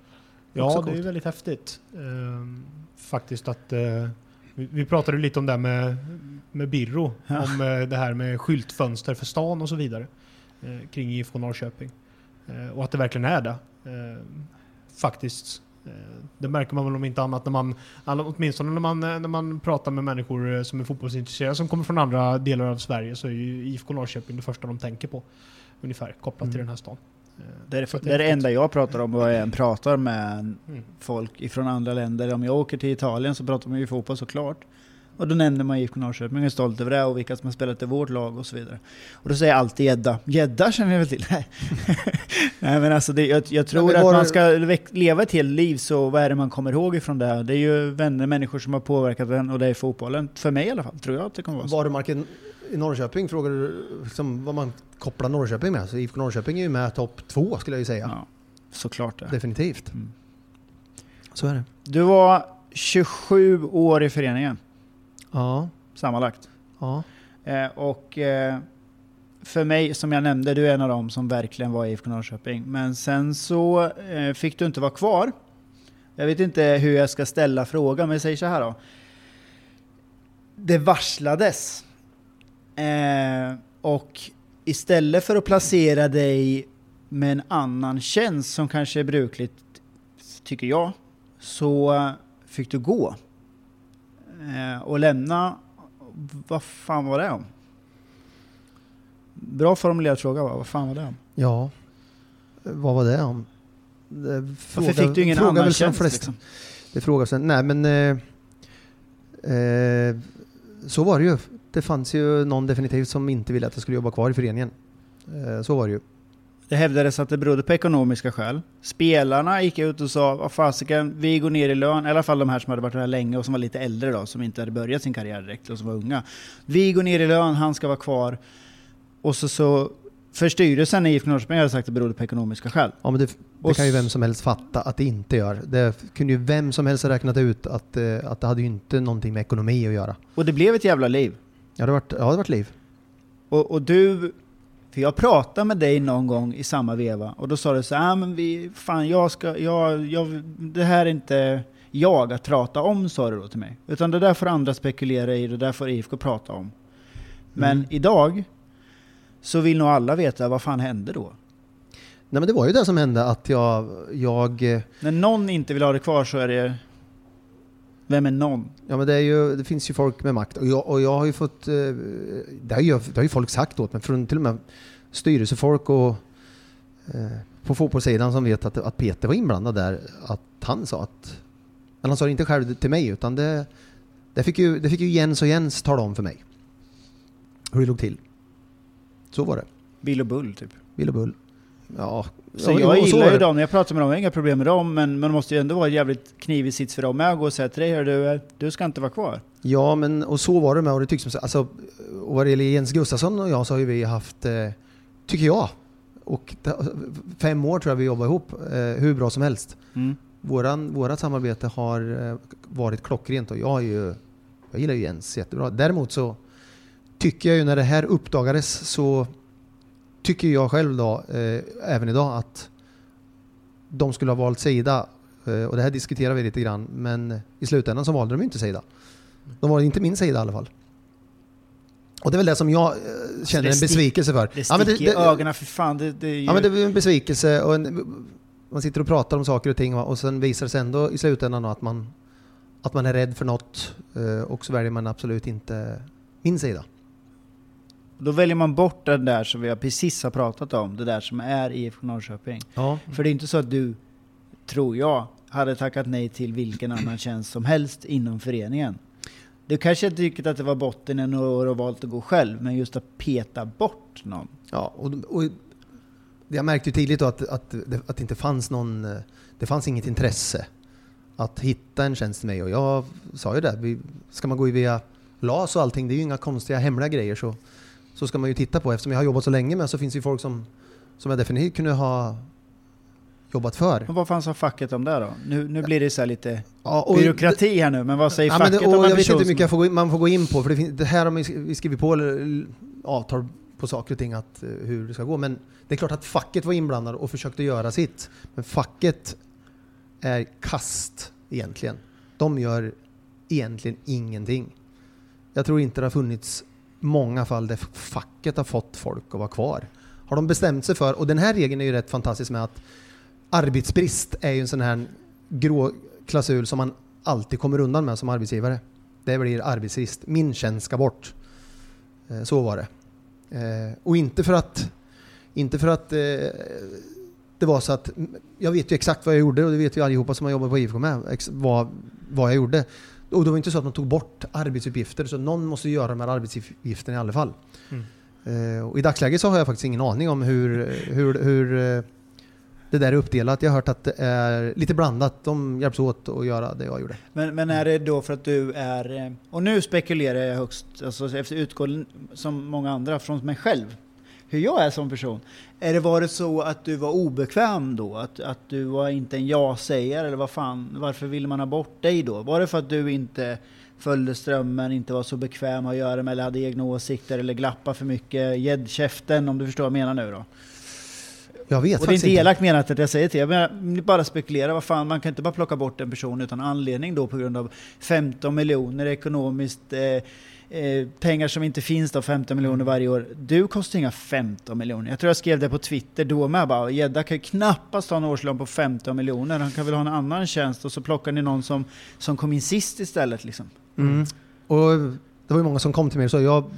Ja, det är väldigt häftigt. Ehm, faktiskt att... Eh, vi, vi pratade lite om det med, med Birro. Ja. Om eh, det här med skyltfönster för stan och så vidare. Eh, kring I F K Norrköping. Eh, och att det verkligen är det. Eh, faktiskt. Eh, det märker man väl om inte annat när man... Alla, åtminstone när man, när man pratar med människor som är fotbollsintresserade som kommer från andra delar av Sverige, så är ju I F K Norrköping det första de tänker på. Ungefär kopplat Mm. till den här stan. Det är det, det är det enda jag pratar om och jag pratar med mm. folk ifrån andra länder. Om jag åker till Italien så pratar man ju fotboll såklart. Och då nämner man I F K Norrköping, jag är stolt över det och vilka som har spelat i vårt lag och så vidare. Och då säger jag alltid gädda. Gädda känner jag väl till. Nej, Nej men alltså det, jag, jag tror ja, att man ska leva ett helt liv, så vad är det man kommer ihåg ifrån det? Det är ju vänner, människor som har påverkat den, och det är fotbollen. För mig i alla fall, tror jag att det kommer vara så. Varumarken i Norrköping, frågar du liksom vad man kopplar Norrköping med. Så I F K Norrköping är ju med topp två skulle jag ju säga. Ja, såklart det. Definitivt. Mm. Så är det. Du var tjugosju år i föreningen. Ja. Sammanlagt. Ja. Eh, och eh, för mig, som jag nämnde, du är en av dem som verkligen var i I F K Norrköping. Men sen så eh, fick du inte vara kvar. Jag vet inte hur jag ska ställa frågan, men jag säger så här då. Det varslades. Eh, och istället för att placera dig med en annan tjänst som kanske är brukligt, tycker jag, så fick du gå. Eh, och lämna. Vad fan var det om? Bra formulerad fråga, va? Vad fan var det om? Ja. Vad var det om? Det fråga, Varför fick du ingen annan tjänst? Liksom? Det frågar sen. Nej, men eh, eh, så var det ju. Det fanns ju någon definitivt som inte ville att jag skulle jobba kvar i föreningen. Eh, så var det ju. Det hävdades att det berodde på ekonomiska skäl. Spelarna gick ut och sa, vad fasiken, vi går ner i lön. I alla fall de här som hade varit här länge och som var lite äldre då, som inte hade börjat sin karriär direkt och som var unga. Vi går ner i lön, han ska vara kvar. Och så, så för styrelsen i I F K Norrköping hade sagt att det berodde på ekonomiska skäl. Ja, men det, det kan ju vem som helst fatta att det inte gör. Det kunde ju vem som helst ha räknat ut att, att det hade ju inte någonting med ekonomi att göra. Och det blev ett jävla liv. Ja, det har varit, ja, det har varit liv. Och, och du... För jag pratade med dig någon gång i samma veva och då sa du så här, ah, men vi, fan jag ska, jag, jag, det här är inte jag att prata om, sa du då till mig. Utan det där får andra spekulera i, det där får I F K prata om. Men mm. idag så vill nog alla veta, vad fan hände då? Nej, men det var ju det som hände att jag... jag När någon inte vill ha det kvar så är det... Vem är någon? Ja, men det, är ju, det finns ju folk med makt. Och jag, och jag har ju fått... Det har ju, det har ju folk sagt åt mig. Från till och med styrelsefolk och eh, på fotbollssidan som vet att, att Peter var inblandad där. Att han sa att... Men han sa det inte själv till mig, utan det, det, fick ju, det fick ju Jens och Jens tala om för mig. Hur det låg till. Så var det. Bill och Bull typ. Bill och Bull. Ja. Så ja, jag och gillar så ju dem, jag pratar med dem, jag har inga problem med dem, men man måste ju ändå vara ett jävligt knivig sits för dem med att gå och säga till dig, hör du, du ska inte vara kvar. Ja, men och så var det med, och det tycks som så, alltså, och vad det gäller Jens Gustafsson och jag så har ju vi haft, eh, tycker jag, och fem år tror jag vi jobbar ihop, eh, hur bra som helst. Mm. Våran, vårat samarbete har eh, varit klockrent och jag är ju, jag gillar ju Jens jättebra. Däremot så tycker jag ju när det här uppdagades så tycker jag själv då, eh, även idag, att de skulle ha valt sida. Eh, och det här diskuterar vi lite grann. Men i slutändan så valde de inte sida. De valde inte min sida i alla fall. Och det är väl det som jag eh, känner en besvikelse för. Det sticker ja, det, det, i ögonen, för fan. Det, det är ju... Ja, men det är en besvikelse. Och en, man sitter och pratar om saker och ting. Och sen visar det sig ändå i slutändan att man, att man är rädd för något. Eh, och så väljer man absolut inte min sida. Då väljer man bort det där som vi har precis har pratat om. Det där som är I F K Norrköping. Ja. För det är inte så att du, tror jag, hade tackat nej till vilken annan tjänst som helst inom föreningen. Du kanske tyckte att det var botten i några år och valt att gå själv. Men just att peta bort någon. Ja, och, och jag märkte ju tidigt då att, att, att det inte fanns någon... Det fanns inget intresse att hitta en tjänst till mig. Och jag sa ju det. Vi, ska man gå i via L A S och allting, det är ju inga konstiga hemliga grejer, så... Så ska man ju titta på. Eftersom jag har jobbat så länge med, så finns det ju folk som, som jag definitivt kunde ha jobbat för. Och vad fanns av facket om det då? Nu, nu blir det så här lite ja, och byråkrati här nu, men vad säger ja, facket det, och om en jag vet inte hur mycket som... jag får gå in, man får gå in på, för det, finns, det här har vi skrivit på avtal på saker och ting att, hur det ska gå. Men det är klart att facket var inblandad och försökte göra sitt. Men facket är kast egentligen. De gör egentligen ingenting. Jag tror inte det har funnits många fall där facket har fått folk att vara kvar. Har de bestämt sig för, och den här regeln är ju rätt fantastisk med att arbetsbrist är ju en sån här grå klausul som man alltid kommer undan med som arbetsgivare. Det blir arbetsbrist. Min tjänst ska bort. Så var det. Och inte för att inte för att det var så att jag vet ju exakt vad jag gjorde, och det vet ju allihopa som har jobbat på I F K med vad, vad jag gjorde. Och det var inte så att man tog bort arbetsuppgifter, så någon måste göra de här arbetsuppgifterna i alla fall. Mm. Och i dagsläget så har jag faktiskt ingen aning om hur, hur, hur det där är uppdelat. Jag har hört att det är lite blandat. De hjälps åt att göra det jag gjorde. Men, men är det då för att du är... Och nu spekulerar jag högst, alltså efter utgång som många andra, från mig själv. Hur jag är som person. Är det varit så att du var obekväm då? Att, att du var inte en ja-sägare? Eller vad fan, varför ville man ha bort dig då? Var det för att du inte följde strömmen, inte var så bekväm att göra med, eller hade egna åsikter, eller glappa för mycket, gäddkäften, om du förstår vad jag menar nu då? Jag vet. Och det är inte elakt menat att jag säger till. Jag menar, bara spekulera, vad fan, man kan inte bara plocka bort en person utan anledning då på grund av femton miljoner ekonomiskt, eh, eh, pengar som inte finns då, femton miljoner varje år. Du kostar inga femton miljoner. Jag tror jag skrev det på Twitter då med, bara, Gedda kan ju knappast ha en årslön på femton miljoner. Han kan väl ha en annan tjänst, och så plockar ni någon som, som kom in sist istället liksom. Mm. Och det var ju många som kom till mig och sa, jag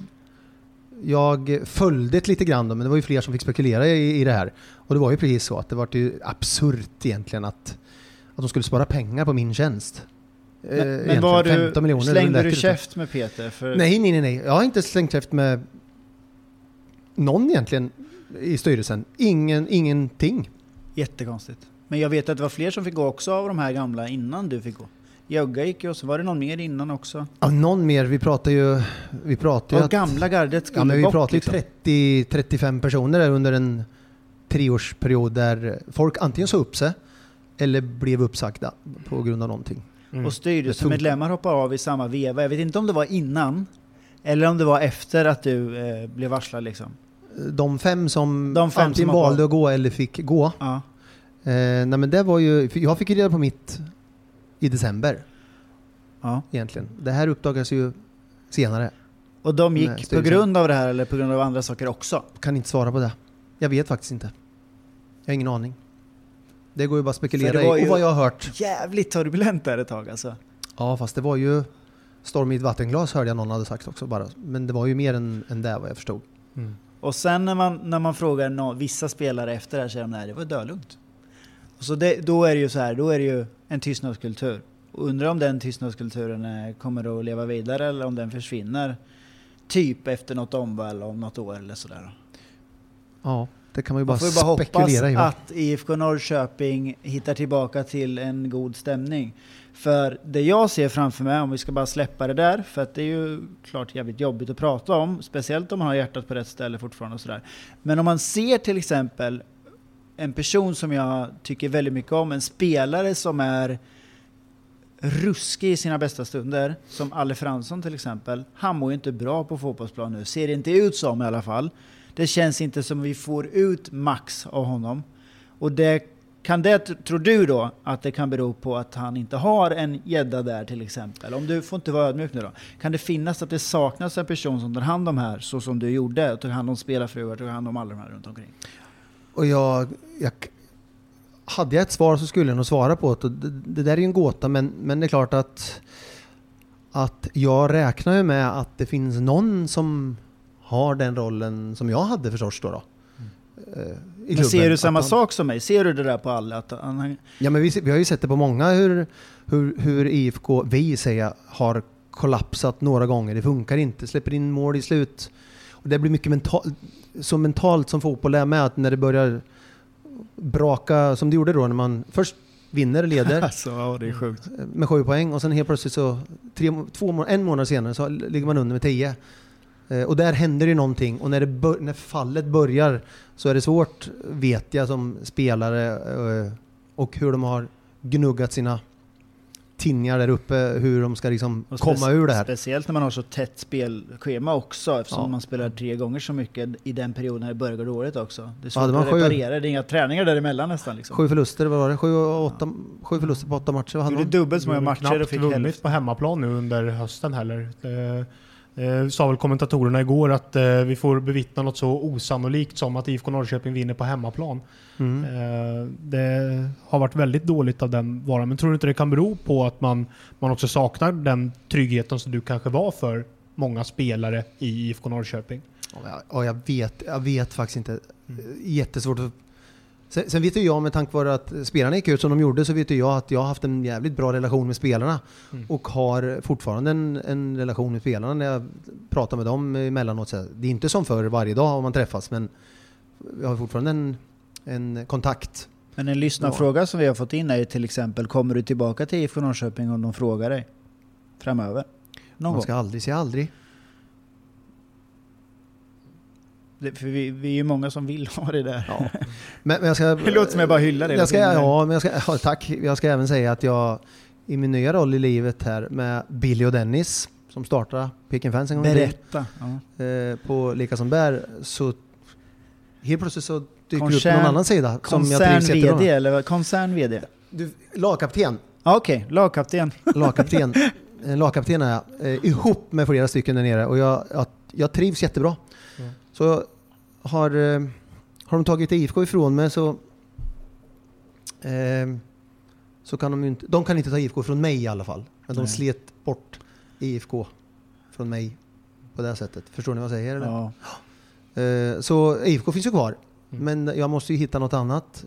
Jag följde det lite grann då, men det var ju fler som fick spekulera i, i det här. Och det var ju precis så att det var ju absurt egentligen att, att de skulle spara pengar på min tjänst. Men, men var du, miljoner, slängde du käft med Peter? För... Nej, nej, nej, nej. Jag har inte slängt käft med någon egentligen i styrelsen. Ingen, ingenting. Jättekonstigt. Men jag vet att det var fler som fick gå också av de här gamla innan du fick gå. Jögga gick ju, och så var det någon mer innan också. Ja, någon mer. Vi pratar ju... Vi pratar ju att, gamla gardet skulle ja, men vi bort. Vi pratar ju liksom. trettio till trettiofem personer där under en treårsperiod där folk antingen så upp sig eller blev uppsagda på grund av någonting. Mm. Och styrelsemedlemmar hoppar av i samma veva. Jag vet inte om det var innan eller om det var efter att du eh, blev varslad liksom. De fem som De fem antingen som valde att gå eller fick gå. Ja. Eh, nej men det var ju... Jag fick reda på mitt i december. Ja. Egentligen. Det här uppdagas ju senare. Och de gick på grund av det här eller på grund av andra saker också? Kan inte svara på det. Jag vet faktiskt inte. Jag har ingen aning. Det går ju bara att spekulera i. Och vad jag har hört. Jävligt turbulent där ett tag alltså. Ja, fast det var ju storm i ett vattenglas hörde jag någon hade sagt också bara. Men det var ju mer än, än det vad jag förstod. Mm. Och sen när man, när man frågar no, vissa spelare efter det här säger de nej, det var dölugnt. Och så det, då är det ju så här, då är det ju en tystnadskultur. Och undrar om den tystnadskulturen är, kommer att leva vidare eller om den försvinner typ efter något omval om något år eller sådär. Ja, det kan man ju bara, man får bara spekulera i. Hoppas att I F K Norrköping hittar tillbaka till en god stämning. För det jag ser framför mig, om vi ska bara släppa det där, för att det är ju klart jävligt jobbigt att prata om, speciellt om man har hjärtat på rätt ställe fortfarande och sådär. Men om man ser till exempel en person som jag tycker väldigt mycket om, en spelare som är ruskig i sina bästa stunder, som Alle Fransson till exempel, han mår ju inte bra på fotbollsplan nu, ser det inte ut som i alla fall. Det känns inte som vi får ut max av honom. Och det kan det, tror du då, att det kan bero på att han inte har en gädda där till exempel? Om du får inte vara ödmjuk nu då. Kan det finnas att det saknas en person som tar hand om här så som du gjorde? Tog hand om spelarfruar, tog hand om alla de här runt omkring. Och jag, jag hade jag ett svar så skulle jag nog svara på det. Det, det där är ju en gåta, men, men det är klart att att jag räknar ju med att det finns någon som har den rollen som jag hade förstås då. då. Mm. Uh, men ser du samma han, sak som mig? Ser du det där på alla? Att han, ja, men vi, vi har ju sett det på många hur, hur, hur I F K, vi säger, har kollapsat några gånger. Det funkar inte, släpper in mål i slut. Och det blir mycket mental, så mentalt som fotboll är med, att när det börjar braka som det gjorde då när man först vinner och leder alltså, ja, det är sjukt. Med sju poäng och sen helt plötsligt så tre, två, en månad senare så ligger man under med tio. Eh, och där händer det någonting, och när, det bör, när fallet börjar så är det svårt, vet jag som spelare, eh, och hur de har gnuggat sina tidningar där uppe hur de ska liksom Och komma speci- ur det här. Speciellt när man har så tätt spelschema också, eftersom Ja. man spelar tre gånger så mycket i den perioden när det börjar gå dåligt också. Det är svårt Ja, det var att sju- reparera, det är inga träningar däremellan nästan. Liksom. Sju förluster, vad var det? Sju, och åtta, sju förluster på åtta matcher. Vad hade Gjorde de? dubbelt så många De har matcher och knappt fick vunnit hälften. på hemmaplan nu under hösten heller. Det, eh, sa väl kommentatorerna igår att eh, vi får bevittna något så osannolikt som att I F K Norrköping vinner på hemmaplan. Mm. Eh, det har varit väldigt dåligt av den varan. Men tror du inte det kan bero på att man, man också saknar den tryggheten som du kanske var för många spelare i I F K Norrköping? Ja, jag, ja, jag, vet, jag vet faktiskt inte. Jättesvårt att... Sen, sen vet ju jag, med tanke på att spelarna gick ut som de gjorde, så vet ju jag att jag har haft en jävligt bra relation med spelarna. Mm. Och har fortfarande en, en relation med spelarna när jag pratar med dem emellanåt. Så det är inte som förr varje dag om man träffas, men jag har fortfarande en, en kontakt. Men en lyssnarfråga som vi har fått in är ju till exempel, kommer du tillbaka till I F K Norrköping om de frågar dig framöver? Någon Man gång? ska aldrig säga aldrig. Det, för vi, vi är ju många som vill ha det där. Ja. Men, men jag ska, Det låter som jag bara hyllar det. Jag ska, ja, men jag ska, ja, tack. Jag ska även säga att jag i min nya roll i livet här med Billy och Dennis som startade Peking Fans en gång i tiden, Berätta. Ja. eh, på Lika som bär, så helt plötsligt så dyker det upp Koncern- någon annan sida som jag trivs Koncern-V jättebra D med. eller vad? Koncern-V D? Du, lagkapten. Ah, Okej, okay. Lagkapten. Lagkapten. Eh, lagkapten är jag. Eh, ihop med flera stycken där nere. Och jag, jag, jag trivs jättebra. Mm. Så har, eh, har de tagit I F K ifrån mig så eh, så kan de ju inte, de kan inte ta I F K från mig i alla fall. Men de Nej. slet bort I F K från mig på det här sättet. Förstår ni vad jag säger? Eller? Ja. Eh, så I F K finns ju kvar. Mm. Men jag måste ju hitta något annat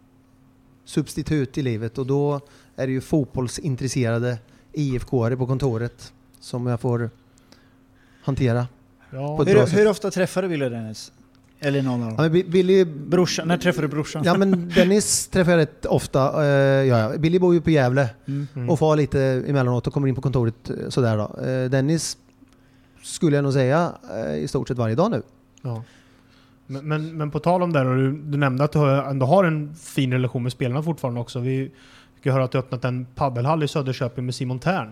substitut i livet. Och då är det ju fotbollsintresserade I F K-are på kontoret som jag får hantera. Ja, På ett bra Hur, sätt. hur ofta träffar du Billy och Dennis? Eller någon av Ja, dem? men Bi- Billy, Brorsan, när träffar du brorsan? ja, men Dennis träffar jag rätt ofta. Eh, ja, ja. Billy bor ju på Gävle Mm. Mm. och far lite emellanåt och kommer in på kontoret eh, sådär då. Eh, Dennis skulle jag nog säga eh, i stort sett varje dag nu. Ja. Men, men, men på tal om det då, du, du nämnde att du har- ändå har en fin relation med spelarna fortfarande också. Vi fick höra att du öppnat en paddelhall i Söderköping med Simon Tern.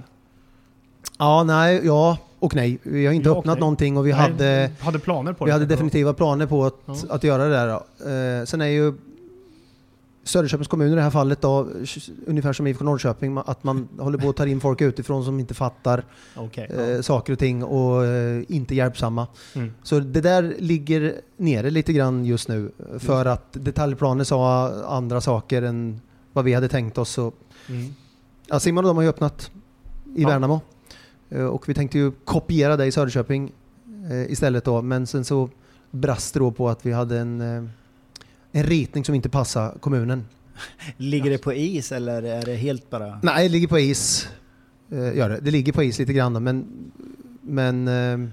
Ja, nej, ja och nej. Vi har inte Ja och öppnat nej. någonting och vi Nej, hade... hade planer på Vi det. hade definitiva planer på att, Ja. att göra det där. Då. Eh, sen är ju Söderköpings kommun i det här fallet då, ungefär som I F K Norrköping, att man håller på att ta in folk utifrån som inte fattar Okej. eh, saker och ting och eh, inte hjälpsamma. Mm. Så det där ligger nere lite grann just nu för att detaljplaner sa andra saker än vad vi hade tänkt oss. Så, Mm. ja, Simon och de har ju öppnat i Ja. Värnamo eh, och vi tänkte ju kopiera det i Söderköping eh, istället då, men sen så brast det då på att vi hade en, eh, en ritning som inte passade kommunen. Ligger det på is eller är det helt bara... Nej, det ligger på is. Eh, gör det. det ligger på is lite grann, men, men eh,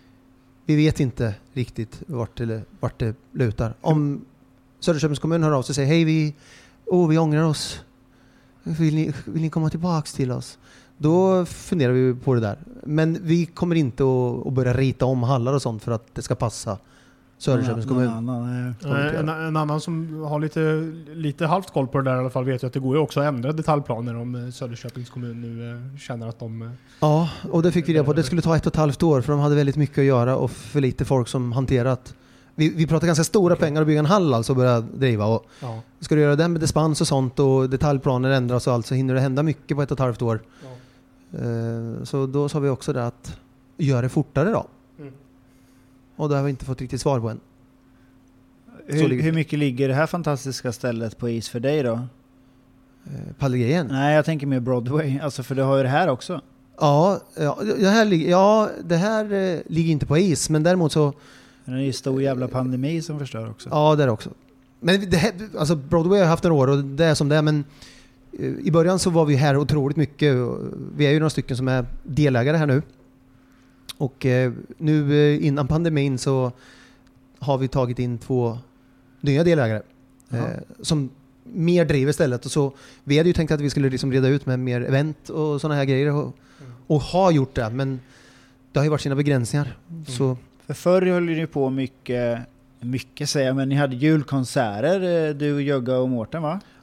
vi vet inte riktigt vart det, vart det lutar. Om Söderköpings kommun hör av sig och säger hej, vi, oh, vi ångrar oss. Vill ni, vill ni komma tillbaks till oss? Då funderar vi på det där. Men vi kommer inte att, att börja rita om hallar och sånt för att det ska passa Söderköpings Någon kommun. annan, eh, Kommer inte En, göra. en annan som har lite, lite halvt koll på det där i alla fall vet ju att det går ju också att ändra detaljplaner om eh, Söderköpings kommun nu eh, känner att de... eh, Ja, och det fick vi reda på. Det skulle ta ett och ett halvt år för de hade väldigt mycket att göra och för lite folk som hanterat. Vi, vi pratar ganska stora Okej. pengar att bygga en hall alltså och börja driva. Och Ja. ska du göra den med dispens och sånt och detaljplaner ändras och allt så hinner det hända mycket på ett och ett halvt år. Ja. Eh, Så då sa vi också det att gör det fortare då. Mm. Och det har vi inte fått riktigt svar på än. Så hur, ligger- hur mycket ligger det här fantastiska stället på is för dig då? Eh, Paddelgrejen. Nej, jag tänker mer Broadway. Alltså för du har ju det här också. Ja, ja, det här, ligger- ja, det här eh, ligger inte på is men däremot så Det är ju stor jävla pandemi som förstör också. ja, där också. Men det här, alltså Broadway har haft några år och det är som det är, men eh, i början så var vi här otroligt mycket. Vi är ju några stycken som är delägare här nu. Och eh, nu eh, innan pandemin så har vi tagit in två nya delägare eh, Jaha. som mer driver stället. Och så, vi hade ju tänkt att vi skulle liksom reda ut med mer event och sådana här grejer och, och har gjort det, men det har ju varit sina begränsningar. Så För förr höll ni på mycket, mycket säger jag, men ni hade julkonserter, eh, du, Jögga och Mårten va?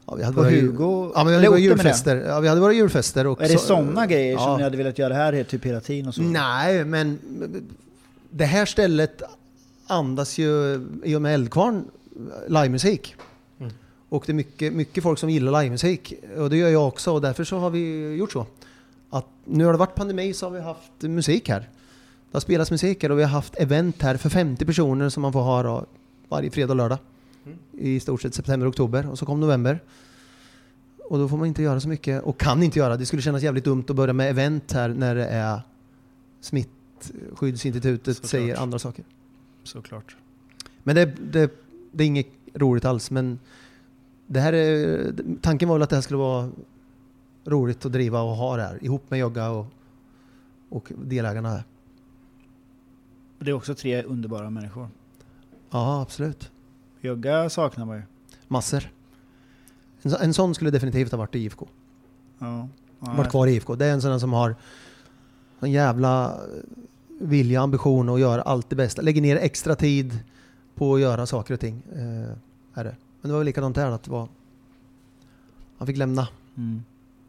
Ja, vi hade På våra, Hugo? ja, men vi hade våra julfester. Ja, vi hade våra julfester. Och är det så, sådana grejer ja. som ni hade velat göra här typ hela tiden och så? Nej, men det här stället andas ju i och med Eldkvarn livemusik. Mm. Och det är mycket, mycket folk som gillar livemusik. Och det gör jag också. Och därför så har vi gjort så. Att nu har det varit pandemi så har vi haft musik här. Det har spelats musik här och vi har haft event här för femtio personer som man får ha då, varje fredag och lördag. Mm. I stort sett september och oktober. Och så kom november. Och då får man inte göra så mycket. Och kan inte göra. Det skulle kännas jävligt dumt att börja med event här när det är Smittskyddsinstitutet Såklart. Säger andra saker. Såklart. Men det, det, det är inget roligt alls. Men det här är, tanken var väl att det här skulle vara roligt att driva och ha det här. Ihop med Jogga och, och delägarna här. Det är också tre underbara människor. Ja, absolut. Jogga saknar man ju. Massor. En, en sån skulle definitivt ha varit i I F K. Ja. Ja, varit kvar i I F K. Det är en sån som har en jävla vilja, ambition att göra allt det bästa. Lägger ner extra tid på att göra saker och ting. Eh, är det. Men det var väl likadant här att det var han fick lämna. Mm.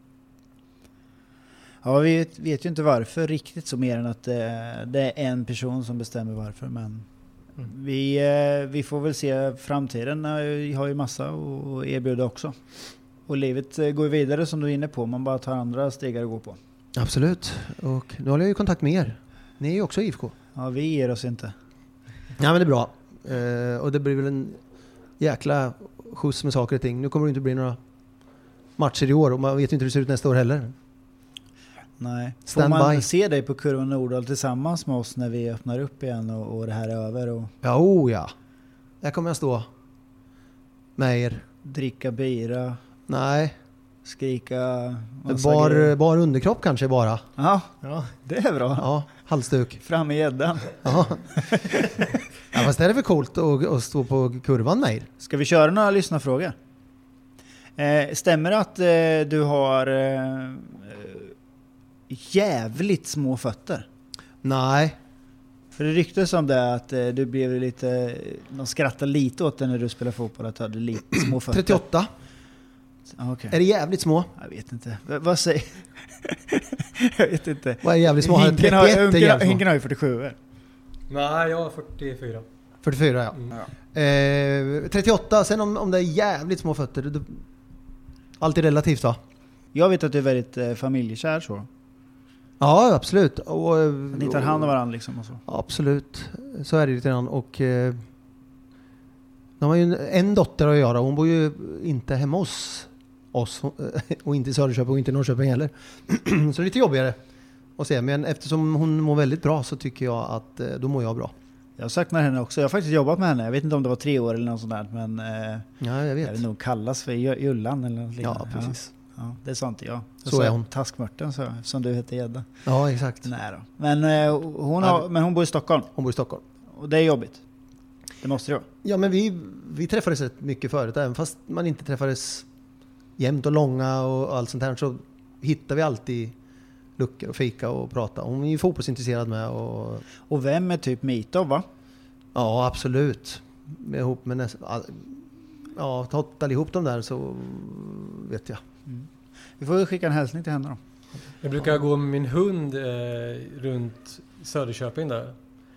Ja, vi vet, vet ju inte varför riktigt så mer än att det, det är en person som bestämmer varför. Men mm. vi, vi får väl se framtiden. Vi har ju massa att erbjuda också. Och livet går vidare som du är inne på. Man bara tar andra steg att gå på. Absolut. Och nu håller jag ju kontakt med er. Ni är ju också I F K. Ja, vi ger oss inte. Ja, men det är bra. Eh, och det blir väl en jäkla skjuts med saker och ting. Nu kommer det inte bli några matcher i år. Och man vet ju inte hur det ser ut nästa år heller. Nej. Stand Får man by. se dig på Kurvan Nordahl tillsammans med oss när vi öppnar upp igen och, och det här är över? Och Ja, oh ja. Där kommer jag stå med er. dricka bira, Nej. skrika massa Bar, grejer. bar underkropp kanske bara. Ja, ja, det är bra. Ja, halsduk. Fram i gäddan. Ja. Ja, fast det är för coolt att, att stå på kurvan med er. Ska vi köra några lyssnarfrågor? Eh, stämmer att eh, du har eh, jävligt små fötter? Nej. För det ryktas om det att eh, du blev lite, de skrattar lite åt det när du spelar fotboll att du hade lite små fötter. trettioåtta. Ah, okay. Är det jävligt små? Jag vet inte. V- vad säger jag vet inte. Vad är jävligt små? Har jag Hinken har, trettioett är Hinken, jävligt små. Hinken har ju fyrtiosju. Nej, jag har fyrtiofyra. fyrtiofyra, ja. Mm. Eh, trettioåtta, sen om, om det är jävligt små fötter. Det, allt är relativt, va? Jag vet att du är väldigt eh, familjekär så. Ja, absolut. Och, eh, Ni tar hand om varandra liksom och så. absolut. Så är det lite grann. Och eh, de har ju en dotter att göra. Hon bor ju inte hemma hos oss. Och inte i Söderköping och inte i Norrköping heller. Så det är lite jobbigare att se. Men eftersom hon mår väldigt bra så tycker jag att eh, då mår jag bra. Jag har sagt med henne också. Jag har faktiskt jobbat med henne. Jag vet inte om det var tre år eller något sånt där. Men eh, Ja, jag vet. jag vet nog kallas för J- Jullan eller något liknande. Ja, precis. Ja, ja, det är sant, ja. Så är hon. Taskmörten, så, som du heter Gädda. Ja, exakt. Nej då. Men, eh, hon har, men hon bor i Stockholm. Hon bor i Stockholm. Och det är jobbigt. Det måste det vara. Ja, men vi, vi träffades rätt mycket förut. Även fast man inte träffades jämnt och långa och allt sånt här så hittar vi alltid luckor och fika och prata. Hon är ju fotbollsintresserad med. Och, Och vem är typ Mitov, va? ja, absolut. Med ihop med nästan... all- Ja, ta ihop dem där så vet jag. Vi får skicka en hälsning till henne då. Jag brukar gå med min hund eh, runt Söderköping där.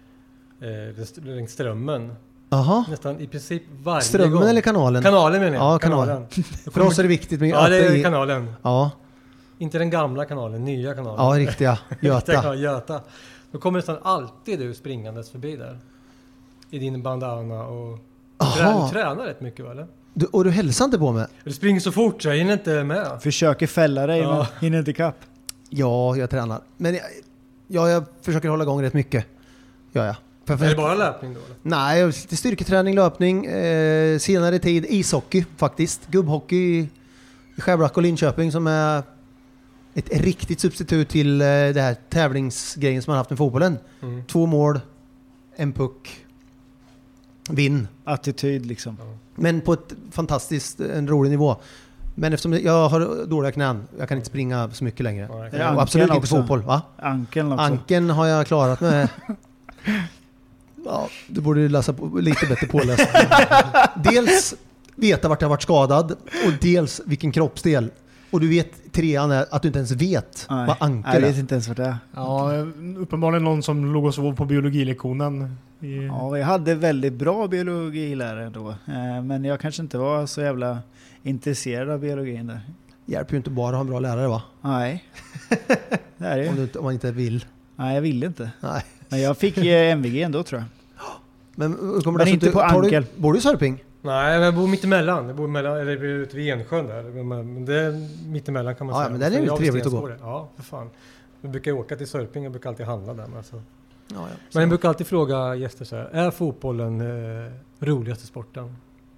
Eh, längs Strömmen. Jaha. Nästan i princip varje Strömmen gång. eller kanalen? Kanalen menar jag. Ja, kanalen. För oss är det viktigt med Ja, det att är i- kanalen. Ja, Inte den gamla kanalen, nya kanalen. ja, riktiga. Göta. Göta. Göta. Då kommer nästan alltid du springandes förbi där. I din bandana och... Trä, Aha. du tränar rätt mycket, va, eller? Du, och du hälsar inte på mig? Du springer så fort så jag hinner inte med. Försöker fälla dig, Ja. men hinner inte kapp. Ja, jag tränar. Men jag, ja, jag försöker hålla igång rätt mycket. Ja, ja. För, för, Är det bara löpning då, eller? Nej, lite styrketräning, löpning, eh, senare tid ishockey faktiskt. Gubbhockey i Skärblacka och Linköping som är ett riktigt substitut till eh, det här tävlingsgrejen som man haft med fotbollen. Mm. Två mål, en puck, vinn. Attityd liksom. Men på ett fantastiskt, en rolig nivå. Men eftersom jag har dåliga knän, jag kan inte springa så mycket längre. Ja, jag Är kan- det Och ankeln absolut inte också? fotboll, va? Ankeln också. Ankeln har jag klarat med. Ja, du borde läsa på, lite bättre påläst. Dels veta vart jag varit skadad och dels vilken kroppsdel. Och du vet, trean är att du inte ens vet Nej. vad anker Nej, jag är. vet inte ens vad det är. Ja, uppenbarligen någon som låg och sov på biologilektionen. I... Ja, jag hade väldigt bra biologilärare då. Eh, men jag kanske inte var så jävla intresserad av biologin där. Hjälper ju inte bara att ha en bra lärare, va? Nej, det är det Om, ju. du, inte- om man inte vill. Nej, jag ville inte. Nej. Men jag fick eh, M V G ändå, tror jag. Men, hur kommer Men det inte sig på att du- tar du- ankel. Bor du i Sörping? Nej, men jag bor mitt emellan. Jag bor mellan, eller ute vid Ensjön där. Men det är mitt emellan kan man Ja, säga. men där är det Så ju jag trevligt att gå. Stensgård. Ja, för fan. Jag brukar åka till Sörping, jag brukar alltid handla där. Men, alltså. Ja, ja. men jag brukar alltid fråga gäster så här, är fotbollen eh, roligaste sporten?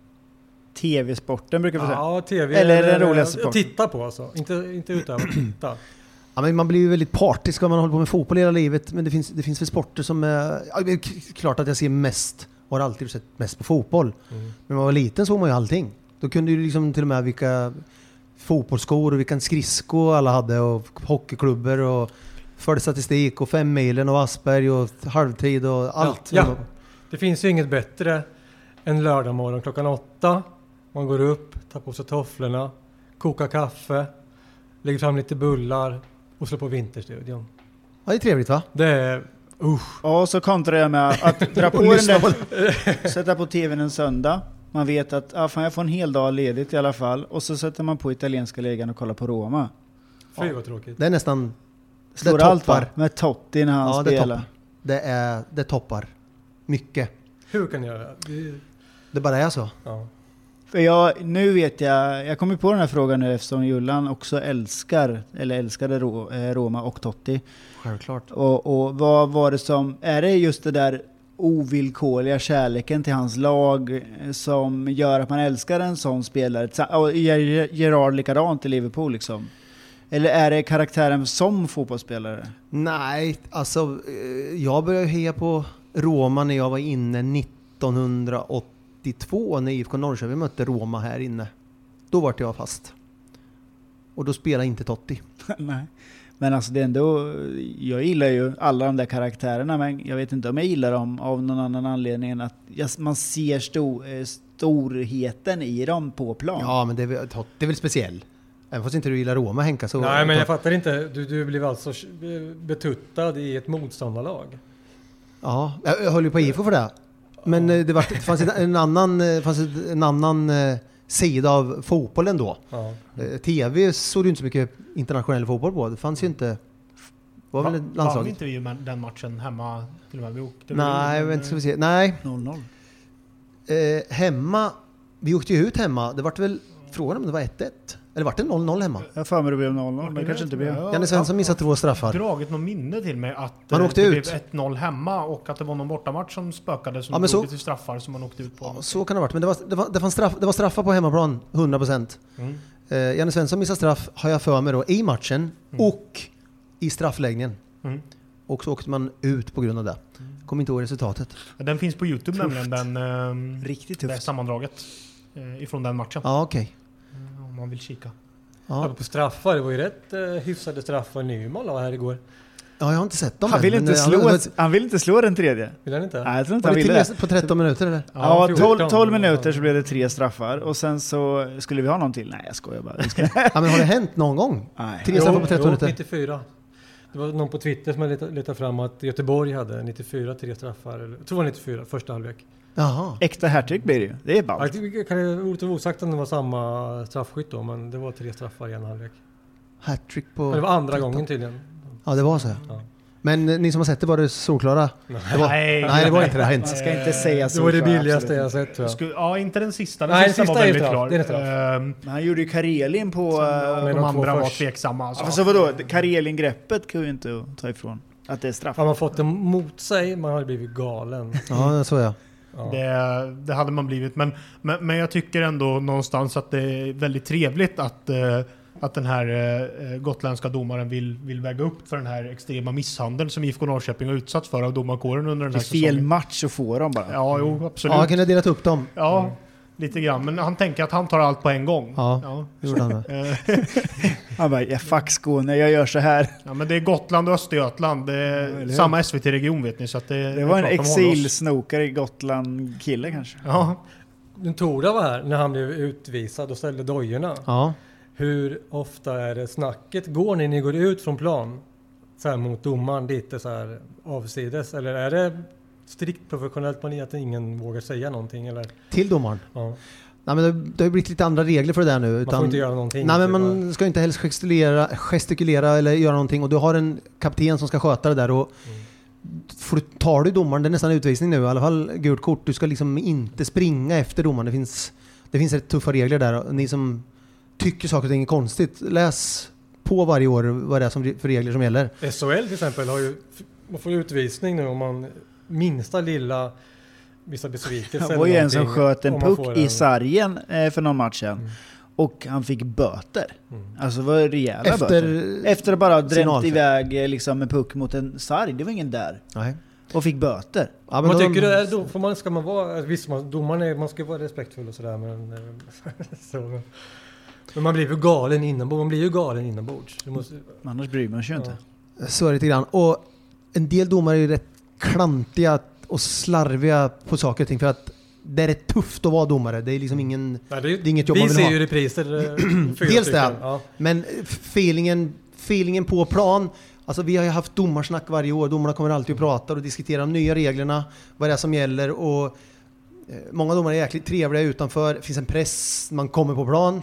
T V-sporten brukar vi säga. Ja, tv. Eller är det roligaste sporten? Titta på alltså. Inte, inte utöva, titta. Ja, men man blir ju väldigt partisk om man håller på med fotboll hela livet. Men det finns, det finns väl sporter som är... Ja, det är k- klart att jag ser mest, och har alltid sett mest på fotboll. Mm. Men när man var liten såg man ju allting. Då kunde ju liksom till och med vilka fotbollsskor och vilken skridsko alla hade och hockeyklubbor och förde statistik och fem milen och Asperg och halvtid och allt. Ja, ja. Det finns ju inget bättre än lördag morgon klockan åtta. Man går upp, tar på sig tofflorna, kokar kaffe, lägger fram lite bullar och slår på Vinterstudion. Ja, det är trevligt, va? Det är... Usch. Ja, och så kontrar jag med att dra på Och den lyssna där, sätta på tvn en söndag. Man vet att ah, fan, jag får en hel dag ledigt i alla fall. Och så sätter man på italienska ligan och kollar på Roma. Fy vad tråkigt. Det är nästan... Slår det allt, va? toppar. Med Totti när han Ja, det är spelar. topp. Det är det toppar. Mycket. Hur kan jag göra det? det? Det bara är så. Ja. För jag, nu vet jag, jag kommer på den här frågan nu eftersom Jullan också älskar, eller älskade Ro, eh, Roma och Totti. Självklart. Och, och vad var det som, är det just det där ovillkorliga kärleken till hans lag som gör att man älskar en sån spelare? Och Ger- Gerard likadant i Liverpool liksom? Eller är det karaktären som fotbollsspelare? Nej, alltså eh, jag började heja på Roma när jag var inne nittonhundraåttiotvå när I F K Norrköping mötte Roma här inne. Då var jag fast. Och då spelade inte Totti. Nej. Men alltså det är ändå, jag gillar ju alla de där karaktärerna, men jag vet inte om jag gillar dem av någon annan anledning än att jag, man ser stor, eh, storheten i dem på plan. Ja, men det är, väl- Totti är väl speciell. Även fast inte du gillar Roma, Henka, så... Nej, men jag fattar inte. Du, du blev alltså betuttad i ett motståndarlag. Ja, jag jag höll ju på I F K för det. Men eh, det, var, det fanns en, en annan, eh, fanns en annan eh, sida av fotbollen då. Ja. Eh, T V såg du inte så mycket internationell fotboll på. Det fanns ju inte... Det var väl Va- ett Vann landslag? inte vi med den matchen hemma till och med? Vi åkte Nej, väl- vänta ska vi se. Nej, noll noll. eh, hemma... Vi åkte ju ut hemma. Det var väl frågan om det var ett ett. Eller var det noll noll hemma? Jag får mig det blev noll noll, Ja, men det det kanske vet inte jag. blev. Ja, Janne Svensson jag missade har två straffar. dragit någon minne till mig att Man eh, åkte det ut. blev ett noll hemma och att det var någon bortamatch som spökade som Ja, men drog så- till straffar som man åkte ut på. Ja, så kan det ha varit. Men det var, det var, det fanns straff, det var straffar på hemmaplan, hundra procent. Mm. Eh, Janne Svensson missade straff, har jag för mig då, i matchen och i straffläggningen. Mm. Och så åkte man ut på grund av det. Kommer inte ihåg resultatet. Den finns på YouTube nämligen, den, ehm, Riktigt det tufft. sammandraget eh, ifrån den matchen. Ja, okej. Eh, Om man vill kika. Ja. På straffar, det var ju rätt eh, hyfsade straffar Nyman la här igår. ja, jag har inte sett dem Han än, vill, men, inte eh, slå, han- han vill inte slå den tredje. Vill han inte? Nej, jag tror inte Var han det ville till det. på tretton minuter eller? Ja, fjorton. tolv, tolv minuter så blev det tre straffar. Och sen så skulle vi ha någon till. Nej, jag skojar bara. Vi ska... Ja, men har det hänt någon gång? Nej. Tre straffar på tretton jo, minuter? nittiofyra. Det var någon på Twitter som letade, letade fram att Göteborg hade nittiofyra tre straffar. Eller, jag tror det var nittiofyra, första halvlek. Jaha. Äkta hattrick blir det ju. Det är Ja, ballt. det kan det roligt och osagt om det var samma straffskytt då, men det var tre straffar i en halvlek. Hattrick Men det på... var andra gången tydligen. Ja, det var så. Ja. Men eh, ni som har sett det, var det solklara? Det var... Nej, det var inte det. Har hänt. Man ska inte säga så. Det var det tror jag billigaste absolut jag inte. sett tror jag. Skulle, ja, inte den sista. Den Nej, sista, den sista var är väldigt straff. klar. Det är straff. Ehm, Men han gjorde ju Karelin på... sen, Uh, men de de andra två var först. tveksamma. Alltså. alltså vadå? Karelin-greppet kan ju inte ta ifrån. Att det är straff. Har man fått det mot sig, man hade blivit galen. Ja, så ja. Ja. Det, det hade man blivit. Men, men, men jag tycker ändå någonstans att det är väldigt trevligt att, eh, att den här eh, gotländska domaren vill, vill väga upp för den här extrema misshandeln som I F K Norrköping har utsatts för av domarkåren under den Det här är fel säsongen. match att få dem bara. Ja, jo, absolut. Ja, han kunde ha delat upp dem. Ja, lite grann. Men han tänker att han tar allt på en gång. Ja, Ja. det gjorde han det. Eh, Han bara, ja, fuck Skåne, jag gör så här. ja, men det är Gotland och Östergötland. Det Ja, är eller hur? samma S V T-region vet ni. Så att det, Det var en är klart de håller oss. exilsnokare i Gotland-kille kanske. Ja, Tora var här när han blev utvisad och ställde dojorna. Ja. Hur ofta är det snacket går när ni går ut från plan så här mot domaren lite så här avsides, eller är det strikt professionellt på ni att ingen vågar säga någonting eller? Till domaren? Ja. Nej, men det, det har blivit lite andra regler för det där nu. Man Utan, får inte göra någonting. Nej, men man ska inte helst gestikulera, gestikulera eller göra någonting. Och du har en kapten som ska sköta det där. Och Mm. får du, tar du domaren, det är nästan utvisning nu. I alla fall gult kort. Du ska liksom inte springa efter domaren. Det finns, det finns rätt tuffa regler där. Och ni som tycker saker och ting är konstigt, läs på varje år vad det är som, för regler som gäller. S H L till exempel har ju, man får utvisning nu om man minsta lilla vissa besvikelser. Det var ju en som sköt en puck en... i sargen eh, för någon match sedan. Mm. Och han fick böter. Mm. Alltså det var rejäla Efter, böter. Efter att bara drämt signalfär. iväg liksom, en puck mot en sarg. Det var ingen där. Nej. Och fick böter. Ja, men man de, tycker det är, då får man, ska man vara, visst man, domaren är, man ska vara respektfull och sådär, men så, men man blir ju galen inombords. Man blir ju galen inombords. Du måste, annars bryr man sig ju ja. inte. Så är det lite grann. Och en del domare är rätt klantiga och slarviga på saker och ting, för att det är rätt tufft att vara domare. Det är liksom ingen, nej, det är, det är inget jobb man vill vi ha. ser ju repriser. Dels det. Ja. Men feelingen, feelingen på plan. Alltså vi har ju haft domarsnack varje år. Domarna kommer alltid att prata och diskutera de nya reglerna. Vad det är som gäller. Och eh, många domare är jäkligt trevliga utanför. Det finns en press. Man kommer på plan.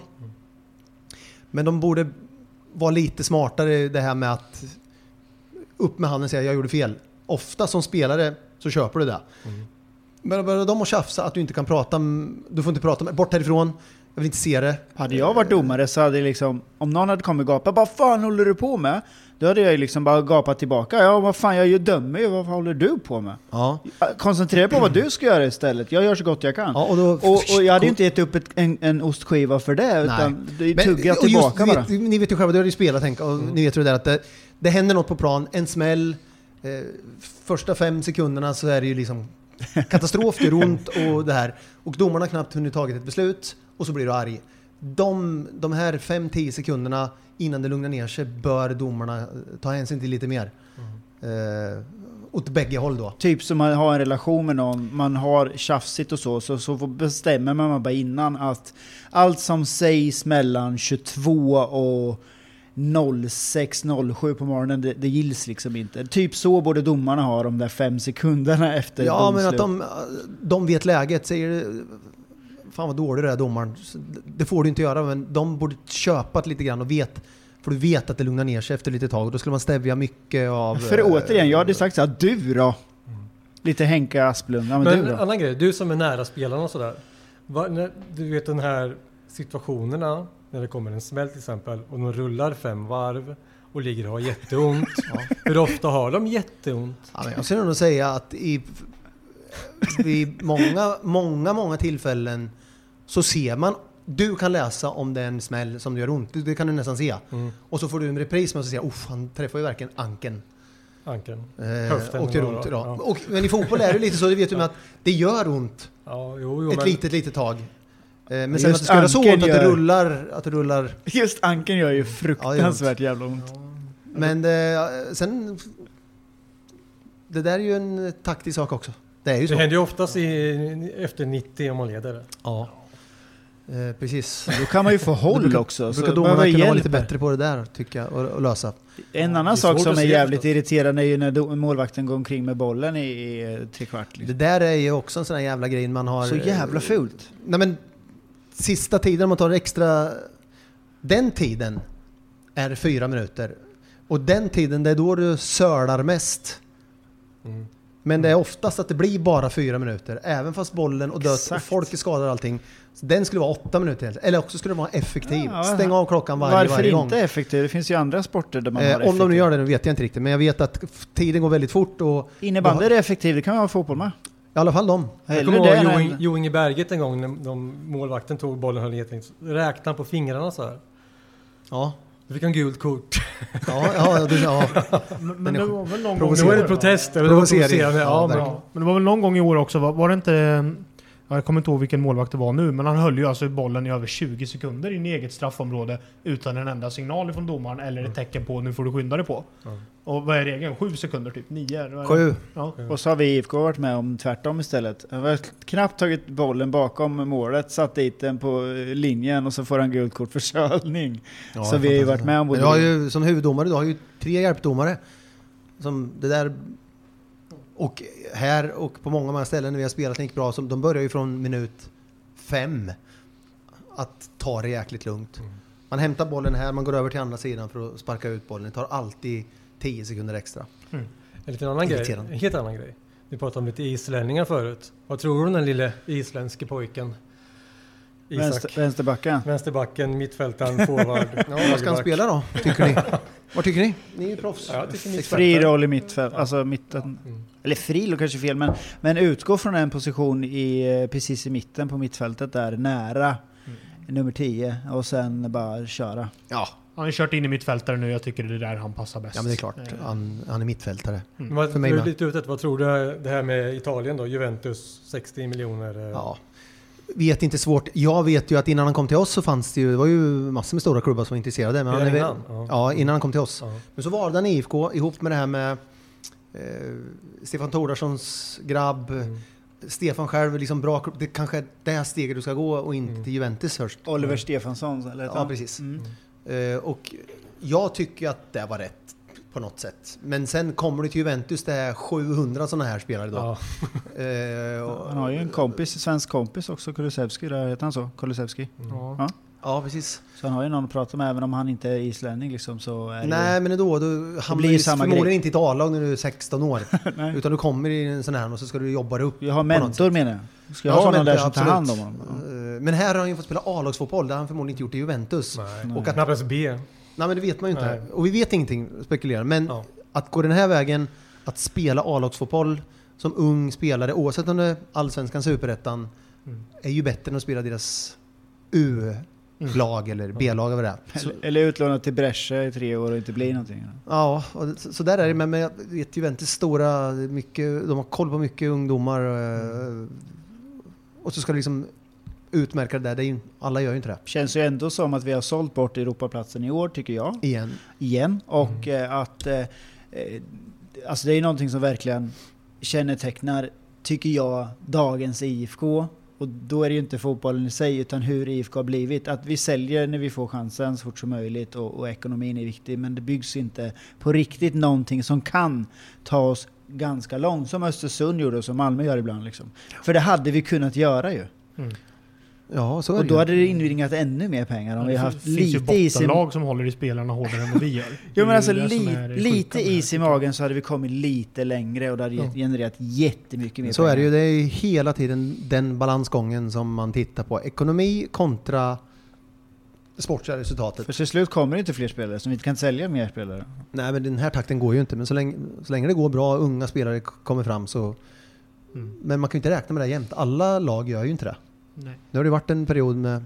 Men de borde vara lite smartare det här med att upp med handen och säga jag gjorde fel. Ofta som spelare så köper du det. Mm. Men börjar de att tjafsa att du inte kan prata, du får inte prata med, bort härifrån, jag vill inte se det. Hade jag varit domare så hade liksom, om någon hade kommit och gapat, vad fan håller du på med? Då hade jag ju liksom bara gapat tillbaka. Ja, vad fan, jag är ju dömer ju, vad håller du på med? Ja. Koncentrera på vad du ska göra istället. Jag gör så gott jag kan. Ja, och, då, och, och jag hade ju inte gett upp ett, en, en ostskiva för det, utan det tuggar tillbaka just, bara. Vet, ni vet ju själva, du har ju spelat, tänk, och mm. ni vet ju det där att det, det händer något på plan, en smäll, eh, första fem sekunderna så är det ju liksom katastrof, det är ont och det här. Och domarna knappt hunnit tagit ett beslut och så blir du arg. De, de här fem till tio sekunderna innan det lugnar ner sig bör domarna ta hänsyn till lite mer. Mm. Eh, åt bägge håll då. Typ som man har en relation med någon, man har tjafsigt och så, så, så bestämmer man bara innan att allt som sägs mellan tjugotvå och sex noll sju på morgonen, det, det gills liksom inte. Typ så borde domarna ha de där fem sekunderna efter ja, domslut. Men att de, de vet läget, säger fan vad dålig det är domaren. Det får du inte göra, men de borde köpa det lite grann och vet, för du vet att det lugnar ner sig efter lite tag och då skulle man stävja mycket av... För äh, återigen, jag hade sagt så här, du då? Mm. Lite Henka Asplund. Ja, men men du då? Annan grej, du som är nära spelarna och sådär. Va, när, du vet den här situationerna när det kommer en smäll till exempel och de rullar fem varv och ligger och har jätteont. Ja. Hur ofta har de jätteont? Ja, men jag skulle nog säga att i, i många, många, många tillfällen så ser man, du kan läsa om det är en smäll som du gör ont. Det kan du nästan se. Mm. Och så får du en repris med att säga, uff, han träffar ju verkligen ankeln. Ankeln. Eh, och det ont, ja. Och, men i fotboll är det lite så, det vet du med att det gör ont. Ja, jo, jo, ett men... litet, litet tag. Men sen att det ska göra så ont att det rullar, att det rullar... Just anken gör ju fruktansvärt ja, jävla ont. Ja. Men det, sen... Det där är ju en taktisk sak också. Det är ju så. Det händer ju oftast i, efter nittio om man leder det. Ja. Eh, precis. Då kan man ju få håll brukar, också. Då brukar domarna kunna vara lite bättre på det där, tycker jag, och, och lösa. En annan sak som är jävligt förstås. irriterande är ju när do- målvakten går omkring med bollen i, i tre kvart. Liksom. Det där är ju också en sån här jävla grej man har... Så jävla fult. Nej men, sista tiden man tar extra... Den tiden är fyra minuter. Och den tiden, det är då du sölar mest. Mm. Men det är oftast att det blir bara fyra minuter. Även fast bollen och dött och folk är skadade och allting. Så den skulle vara åtta minuter. Eller också skulle den vara effektiv. Ja, Stäng av klockan varje, varför varje gång. Varför inte effektiv? Det finns ju andra sporter där man eh, har effektiv. Om de nu gör det, nu vet jag inte riktigt. Men jag vet att tiden går väldigt fort. Och innebandy är effektiv, det kan man ha fotboll med. I alla fall de. Jag kommer ihåg Jo, Jo Inge Berget en gång när de, målvakten tog bollen och höll i. Räknade han på fingrarna så här. Ja. Du fick en gult kort. Ja, ja, du, ja. Men, men det var väl någon gång... Det var en protest. Eller provocerande. Ja, ja, men, men det var väl någon gång i år också. Var, var det inte jag kommer inte ihåg vilken målvakt det var nu, men han höll ju alltså bollen i över tjugo sekunder in i eget straffområde utan en enda signal från domaren eller ett tecken på nu får du skynda dig på. Mm. Och vad är regeln? Sju sekunder typ? Nio? Sju. Ja. Och så har vi I F K varit med om tvärtom istället. Han har knappt tagit bollen bakom målet, satt dit den på linjen och så får han gult kort för kölning. Ja, så vi har ju varit med om både... Du har ju som huvuddomare, du har ju tre hjälpdomare. Som det där... Och här och på många av de här ställen när vi har spelat gick bra, som de börjar ju från minut fem att ta det jäkligt lugnt. Mm. Man hämtar bollen här, man går över till andra sidan för att sparka ut bollen. Det tar alltid tio sekunder extra. Mm. En liten annan grej, en helt annan grej. Vi pratade om lite islänningar förut. Vad tror du om den lille isländske pojken? Isak. Vänster, vänsterbacken. Vänsterbacken, mittfältaren, forward. Ja, vad ska han spela då, tycker ni? Vad tycker ni? Ni är ju proffs. Ja, fri roll i mittfält, alltså mitten. Mm. Eller fri roll kanske fel, men, men utgå från en position i, precis i mitten på mittfältet där, nära mm. nummer tio och sen bara köra. Ja. Han har kört in i mittfältare nu, jag tycker det är där han passar bäst. Ja, men det är klart. Han, han är mittfältare. Mm. Vad, för mig är lite ute, vad tror du det här med Italien då? Juventus, sextio miljoner? Ja. Vet inte svårt. Jag vet ju att innan han kom till oss så fanns det ju, det var ju massor med stora klubbar som var intresserade. Men han är väl, ja. ja, innan han kom till oss. Ja. Men så valde han I F K ihop med det här med eh, Stefan Tordarssons grabb. Mm. Stefan själv, liksom bra, det kanske är det här steget du ska gå och inte mm. till Juventus först. Oliver mm. Stefansson eller ja, precis. Mm. Mm. Eh, och jag tycker att det var rätt på något sätt. Men sen kommer det till Juventus, det är sjuhundra sådana här spelare då. Ja. eh, och, han har ju en kompis, svensk kompis också, Kulusevski, där heter han så, Kulusevski. Mm. Ja. ja, precis. Så han har ju någon att prata med, även om han inte är islänning liksom, så är nej, det, men då, då han blir förmodligen grej. Inte i ett A-lag när du är sexton år. Utan du kommer i en sån här och så ska du jobba dig upp. Jag har mentor menar jag. Ska jag ja, ha någon där som tar hand om honom? Ja. Men här har han ju fått spela A-lagsfotboll, det har han förmodligen inte gjort i Juventus. Nej. Och att knappast B. Nej, men det vet man ju inte. Nej. Och vi vet ingenting, spekulerar. Men ja. Att gå den här vägen, att spela A-lagsfotboll som ung spelare, oavsett om det är Allsvenskan, Superettan, mm. är ju bättre än att spela deras U-lag mm. eller B-lag över det. Eller, eller utlånat till Brescia i tre år och inte bli någonting. Ja, och så, så där är det. Men, men jag vet ju inte stora, mycket, de har koll på mycket ungdomar. Mm. Och så ska det liksom utmärka det där. Det är ju, alla gör ju inte det. Känns ju ändå som att vi har sålt bort Europaplatsen i år, tycker jag. Igen. Igen. Och mm. eh, att eh, alltså det är någonting som verkligen kännetecknar, tycker jag, dagens I F K. Och då är det ju inte fotbollen i sig, utan hur I F K har blivit. Att vi säljer när vi får chansen så fort som möjligt, och, och ekonomin är viktig. Men det byggs inte på riktigt någonting som kan ta oss ganska långt, som Östersund gjorde och som Malmö gör ibland. Liksom. För det hade vi kunnat göra ju. Mm. Ja, så är och det då ju. hade det inringat ännu mer pengar om ja, vi haft finns lite is i lag som håller i spelarna hårdare än vad vi gör. Jo, men alltså li, lite is i magen så hade vi kommit lite längre och det hade ja. genererat jättemycket mer så pengar. Så är det ju, det är hela tiden den balansgången som man tittar på. Ekonomi kontra sportsliga resultatet. För till slut kommer det inte fler spelare, så vi kan sälja mer spelare. Nej, men den här takten går ju inte. Men så länge, så länge det går bra, unga spelare kommer fram så... Mm. Men man kan ju inte räkna med det jämt. Alla lag gör ju inte det. Nej. Nu har det varit en period med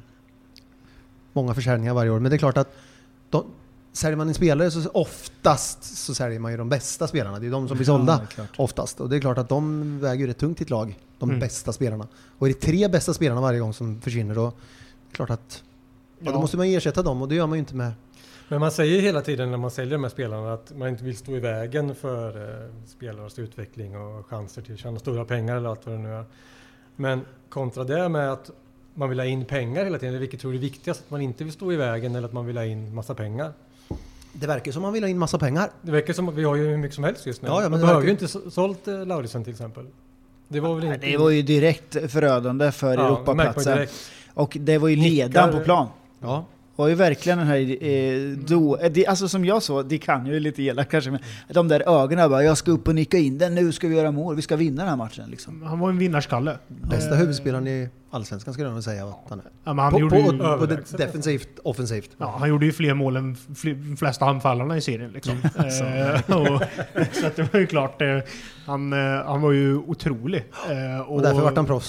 många försäljningar varje år. Men det är klart att de, säljer man en spelare så oftast så säljer man ju de bästa spelarna. Det är de som blir sålda ja, oftast. Och det är klart att de väger ju rätt tungt i ett lag. De mm. bästa spelarna. Och är det tre bästa spelarna varje gång som försvinner, då är det klart att ja. då måste man ersätta dem. Och det gör man ju inte med. Men man säger hela tiden när man säljer de här spelarna att man inte vill stå i vägen för eh, spelarnas utveckling och chanser till att tjäna stora pengar eller allt vad det nu är. Men kontra det med att man vill ha in pengar hela tiden, vilket tror du är viktigast? Att man inte vill stå i vägen eller att man vill ha in massa pengar? Det verkar som man vill ha in massa pengar. Det verkar som att vi har ju hur mycket som helst just nu. Ja, ja, man behöver ju inte sålt eh, Lauritsen till exempel. Det var, väl ja, inte... det var ju direkt förödande för ja, Europaplatsen. Och det var ju ledan på plan. Ja. Och ju verkligen den här eh, då, det, alltså som jag så, det kan ju lite elak kanske, men de där ögonen bara, jag ska upp och nicka in den, nu ska vi göra mål, vi ska vinna den här matchen liksom. Han var en vinnarskalle. Bästa uh, huvudspelaren i Allsvenskan skulle jag nog säga att han är. Ja, men han på, gjorde på, ju, på, på det defensivt, offensivt. Ja, han gjorde ju fler mål än fl- flesta anfallarna i serien liksom. så. Uh, och, så att det var ju klart, uh, han, uh, han var ju otrolig. Uh, och, och därför var han proffs.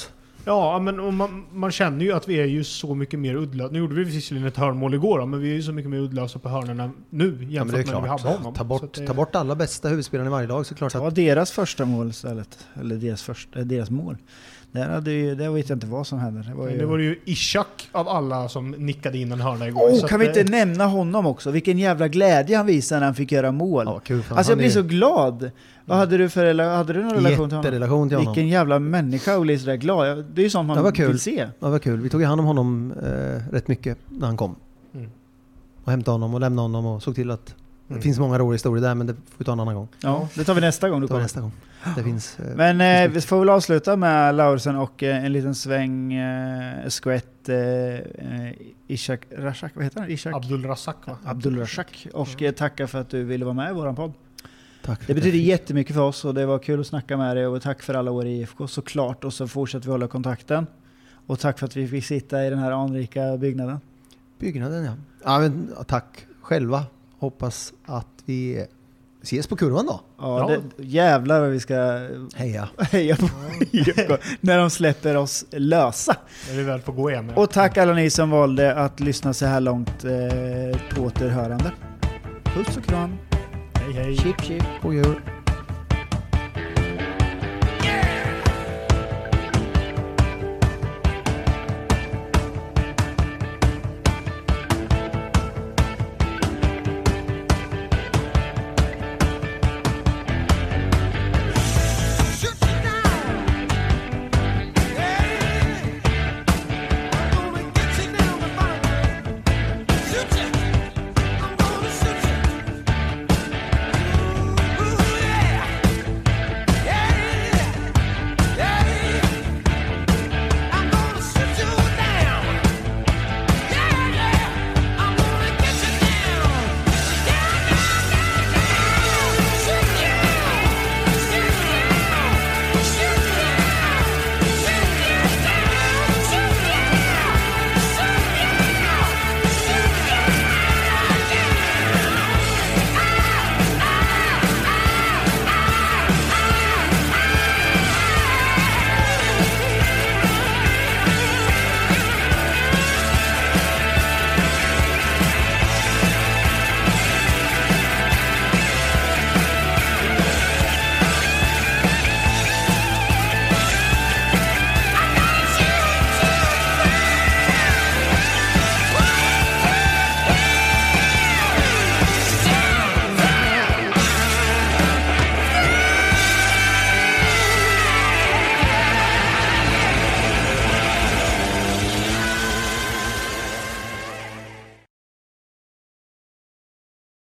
Ja, men och man, man känner ju att vi är ju så mycket mer uddlösa. Nu gjorde vi visserligen ett hörnmål igår då, men vi är ju så mycket mer uddlösa på hörnorna nu jämfört Ja, men det är med när vi klart. hade honom. Ta bort, det... ta bort alla bästa huvudspelarna i varje lag, så klart Det var att... deras första mål istället. Eller deras, första, deras mål. Där, hade ju, där vet jag inte vad som hände. Det var ju, det var ju Ishak av alla som nickade in en hörna igår. oh, så kan att, vi inte nämna honom också? Vilken jävla glädje han visade när han fick göra mål. Ja, kul, alltså jag han blir är- så glad. Vad hade du för rela- hade du någon relation till honom? Jätterelation till honom. Vilken jävla människa och bli sådär glad. Det är ju sånt man Det var kul. vill se. Ja, vad kul. Vi tog ju hand om honom eh, rätt mycket när han kom. Mm. Och hämtade honom och lämnade honom och såg till att Mm. det finns många roliga historier där, men det får vi ta en annan gång. Ja, det tar vi nästa gång du Det tar vi kommer. nästa gång. Det finns... Eh, Men eh, finns vi får väl avsluta med Laursen och eh, en liten sväng eh, skvätt eh, eh, Ishak Rashak, vad heter han? Ishak? Abdul Razak, va? Abdul Rashak. Och eh, tacka för att du ville vara med i våran podd. tack för Det att betyder jag fick- jättemycket för oss och det var kul att snacka med dig och tack för alla år i I F K såklart och så fortsätter vi hålla kontakten. Och tack för att vi fick sitta i den här anrika byggnaden. Byggnaden, ja. Ja, men, ja, tack själva. Hoppas att vi ses på kurvan då. Ja, Ja. Det, jävlar vad vi ska Heja. heja på I F K när de släpper oss lösa. Är vi väl på gå igen? Ja. Och tack alla ni som valde att lyssna så här långt eh, på återhörande. Puss och kram. Hej hej. Chip chip. God jul.